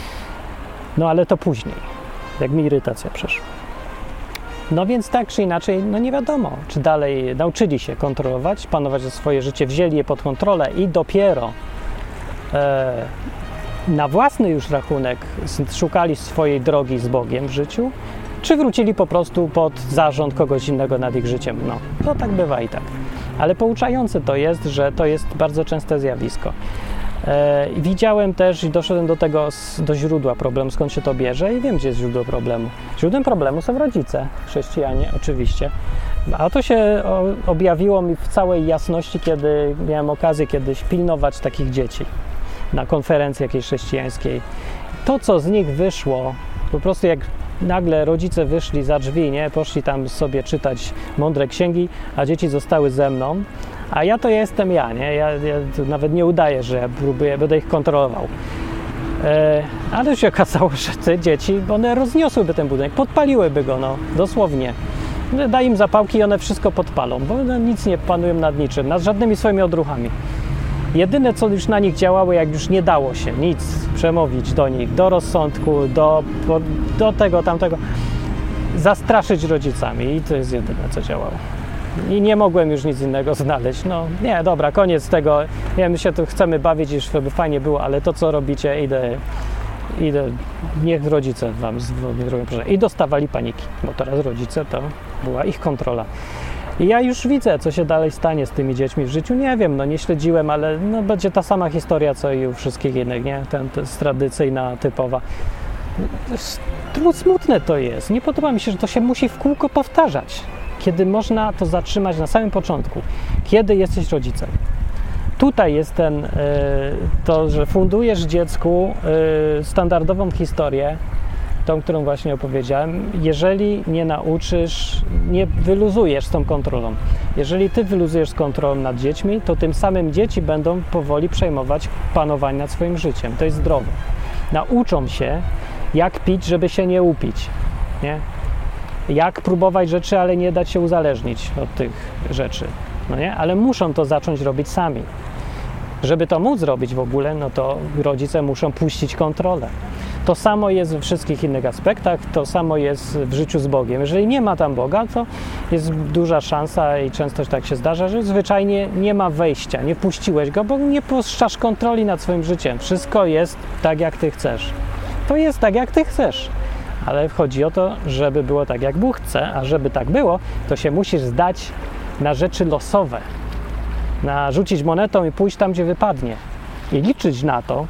no ale to później, jak mi irytacja przeszła. No więc tak czy inaczej, no nie wiadomo, czy dalej nauczyli się kontrolować, panować za swoje życie, wzięli je pod kontrolę i dopiero e, na własny już rachunek szukali swojej drogi z Bogiem w życiu, czy wrócili po prostu pod zarząd kogoś innego nad ich życiem. No, to tak bywa i tak. Ale pouczające to jest, że to jest bardzo częste zjawisko. E, widziałem też i doszedłem do tego, do źródła problemu, skąd się to bierze i wiem, gdzie jest źródło problemu. Źródłem problemu są rodzice, chrześcijanie oczywiście. A to się o, objawiło mi w całej jasności, kiedy miałem okazję kiedyś pilnować takich dzieci na konferencji jakiejś chrześcijańskiej. To, co z nich wyszło, po prostu jak nagle rodzice wyszli za drzwi, nie? Poszli tam sobie czytać mądre księgi, a dzieci zostały ze mną, a ja to jestem ja, nie? Ja, ja nawet nie udaję, że ja próbuję, będę ich kontrolował. E, ale się okazało, że te dzieci, one rozniosłyby ten budynek, podpaliłyby go, no, dosłownie. Daj im zapałki i one wszystko podpalą, bo one nic nie panują nad niczym, nad żadnymi swoimi odruchami. Jedyne, co już na nich działało, jak już nie dało się nic przemówić do nich, do rozsądku, do, do tego, tamtego, zastraszyć rodzicami i to jest jedyne, co działało. I nie mogłem już nic innego znaleźć. No nie, dobra, koniec tego. Nie, my się tu chcemy bawić, już by fajnie było, ale to, co robicie, idę, idę, niech rodzice wam zrobią. I dostawali paniki, bo teraz rodzice, to była ich kontrola. I ja już widzę, co się dalej stanie z tymi dziećmi w życiu. Nie wiem, no nie śledziłem, ale no, będzie ta sama historia, co i u wszystkich innych, nie? Ten, to jest tradycyjna, typowa. Smutne to jest. Nie podoba mi się, że to się musi w kółko powtarzać. Kiedy można to zatrzymać na samym początku. Kiedy jesteś rodzicem. Tutaj jest ten, to, że fundujesz dziecku standardową historię, tą, którą właśnie opowiedziałem, jeżeli nie nauczysz, nie wyluzujesz z tą kontrolą. Jeżeli ty wyluzujesz z kontrolą nad dziećmi, to tym samym dzieci będą powoli przejmować panowanie nad swoim życiem. To jest zdrowe. Nauczą się, jak pić, żeby się nie upić, nie? Jak próbować rzeczy, ale nie dać się uzależnić od tych rzeczy, no nie? Ale muszą to zacząć robić sami. Żeby to móc zrobić w ogóle, no to rodzice muszą puścić kontrolę. To samo jest we wszystkich innych aspektach, to samo jest w życiu z Bogiem. Jeżeli nie ma tam Boga, to jest duża szansa i często tak się zdarza, że zwyczajnie nie ma wejścia, nie puściłeś Go, bo nie puszczasz kontroli nad swoim życiem. Wszystko jest tak, jak Ty chcesz. To jest tak, jak Ty chcesz. Ale chodzi o to, żeby było tak, jak Bóg chce, a żeby tak było, to się musisz zdać na rzeczy losowe. Na rzucić monetą i pójść tam, gdzie wypadnie. I liczyć na to,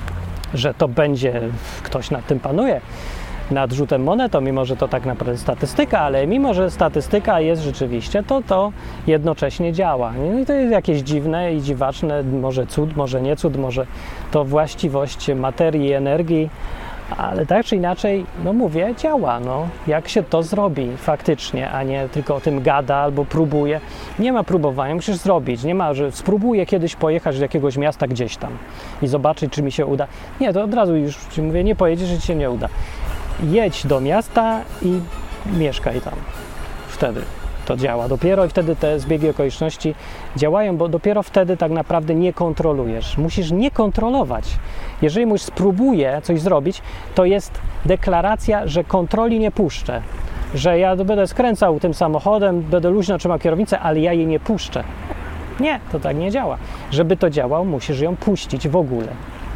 że to będzie, ktoś nad tym panuje, nad rzutem monetą, mimo że to tak naprawdę statystyka, ale mimo że statystyka jest rzeczywiście, to to jednocześnie działa. No i to jest jakieś dziwne i dziwaczne, może cud, może nie cud, może to właściwość materii i energii, ale tak czy inaczej, no mówię, działa, no. Jak się to zrobi faktycznie, a nie tylko o tym gada albo próbuje. Nie ma próbowania, musisz zrobić. Nie ma, że spróbuję kiedyś pojechać do jakiegoś miasta gdzieś tam i zobaczyć, czy mi się uda. Nie, to od razu już ci mówię, nie pojedziesz, że ci się nie uda. Jedź do miasta i mieszkaj tam. Wtedy to działa. Dopiero i wtedy te zbiegi okoliczności działają, bo dopiero wtedy tak naprawdę nie kontrolujesz. Musisz nie kontrolować. Jeżeli mówisz, spróbuję coś zrobić, to jest deklaracja, że kontroli nie puszczę. Że ja będę skręcał tym samochodem, będę luźno trzymał kierownicę, ale ja jej nie puszczę. Nie, to tak nie działa. Żeby to działało, musisz ją puścić w ogóle.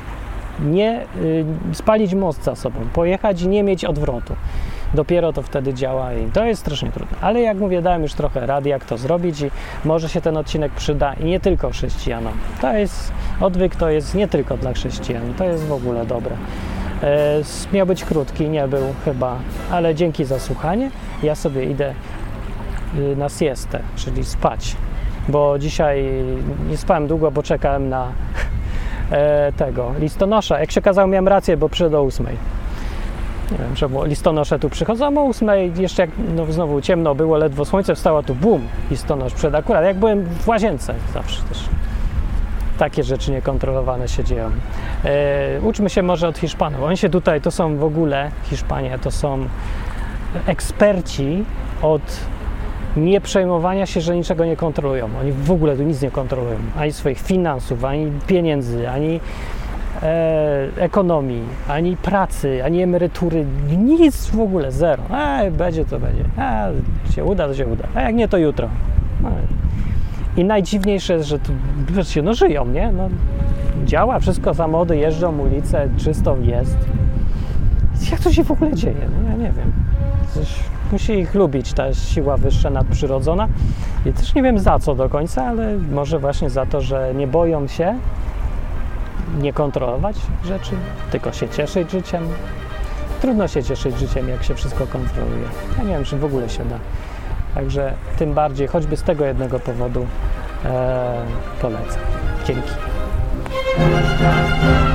Nie y, spalić most za sobą, pojechać i nie mieć odwrotu. Dopiero to wtedy działa i to jest strasznie trudne. Ale jak mówię, dałem już trochę rady, jak to zrobić i może się ten odcinek przyda i nie tylko chrześcijanom. To jest, odwyk to jest nie tylko dla chrześcijan, to jest w ogóle dobre. E, miał być krótki, nie był chyba, ale dzięki za słuchanie. Ja sobie idę y, na siestę, czyli spać, bo dzisiaj nie spałem długo, bo czekałem na e, tego listonosza. Jak się okazało, miałem rację, bo przyszedł o ósmej. Nie wiem, czemu listonosze tu przychodzą o ósmej, jeszcze jak no, znowu ciemno było, ledwo słońce wstało, tu bum, listonosz przed akurat, jak byłem w łazience zawsze też. Takie rzeczy niekontrolowane się dzieją. E, uczmy się może od Hiszpanów. Oni się tutaj, to są w ogóle, Hiszpanie, to są eksperci od nieprzejmowania się, że niczego nie kontrolują. Oni w ogóle tu nic nie kontrolują. Ani swoich finansów, ani pieniędzy, ani E, ekonomii, ani pracy, ani emerytury, nic w ogóle, zero. E, będzie to będzie. A, się uda, to się uda. A jak nie, to jutro. No. I najdziwniejsze jest, że tu się no żyją, nie? No, działa, wszystko, samochody jeżdżą, ulice, czysto jest. Jak to się w ogóle dzieje? No, ja nie wiem. Coś musi ich lubić, ta siła wyższa, nadprzyrodzona. I też nie wiem za co do końca, ale może właśnie za to, że nie boją się nie kontrolować rzeczy, tylko się cieszyć życiem. Trudno się cieszyć życiem, jak się wszystko kontroluje. Ja nie wiem, czy w ogóle się da. Także tym bardziej, choćby z tego jednego powodu e, polecam. Dzięki.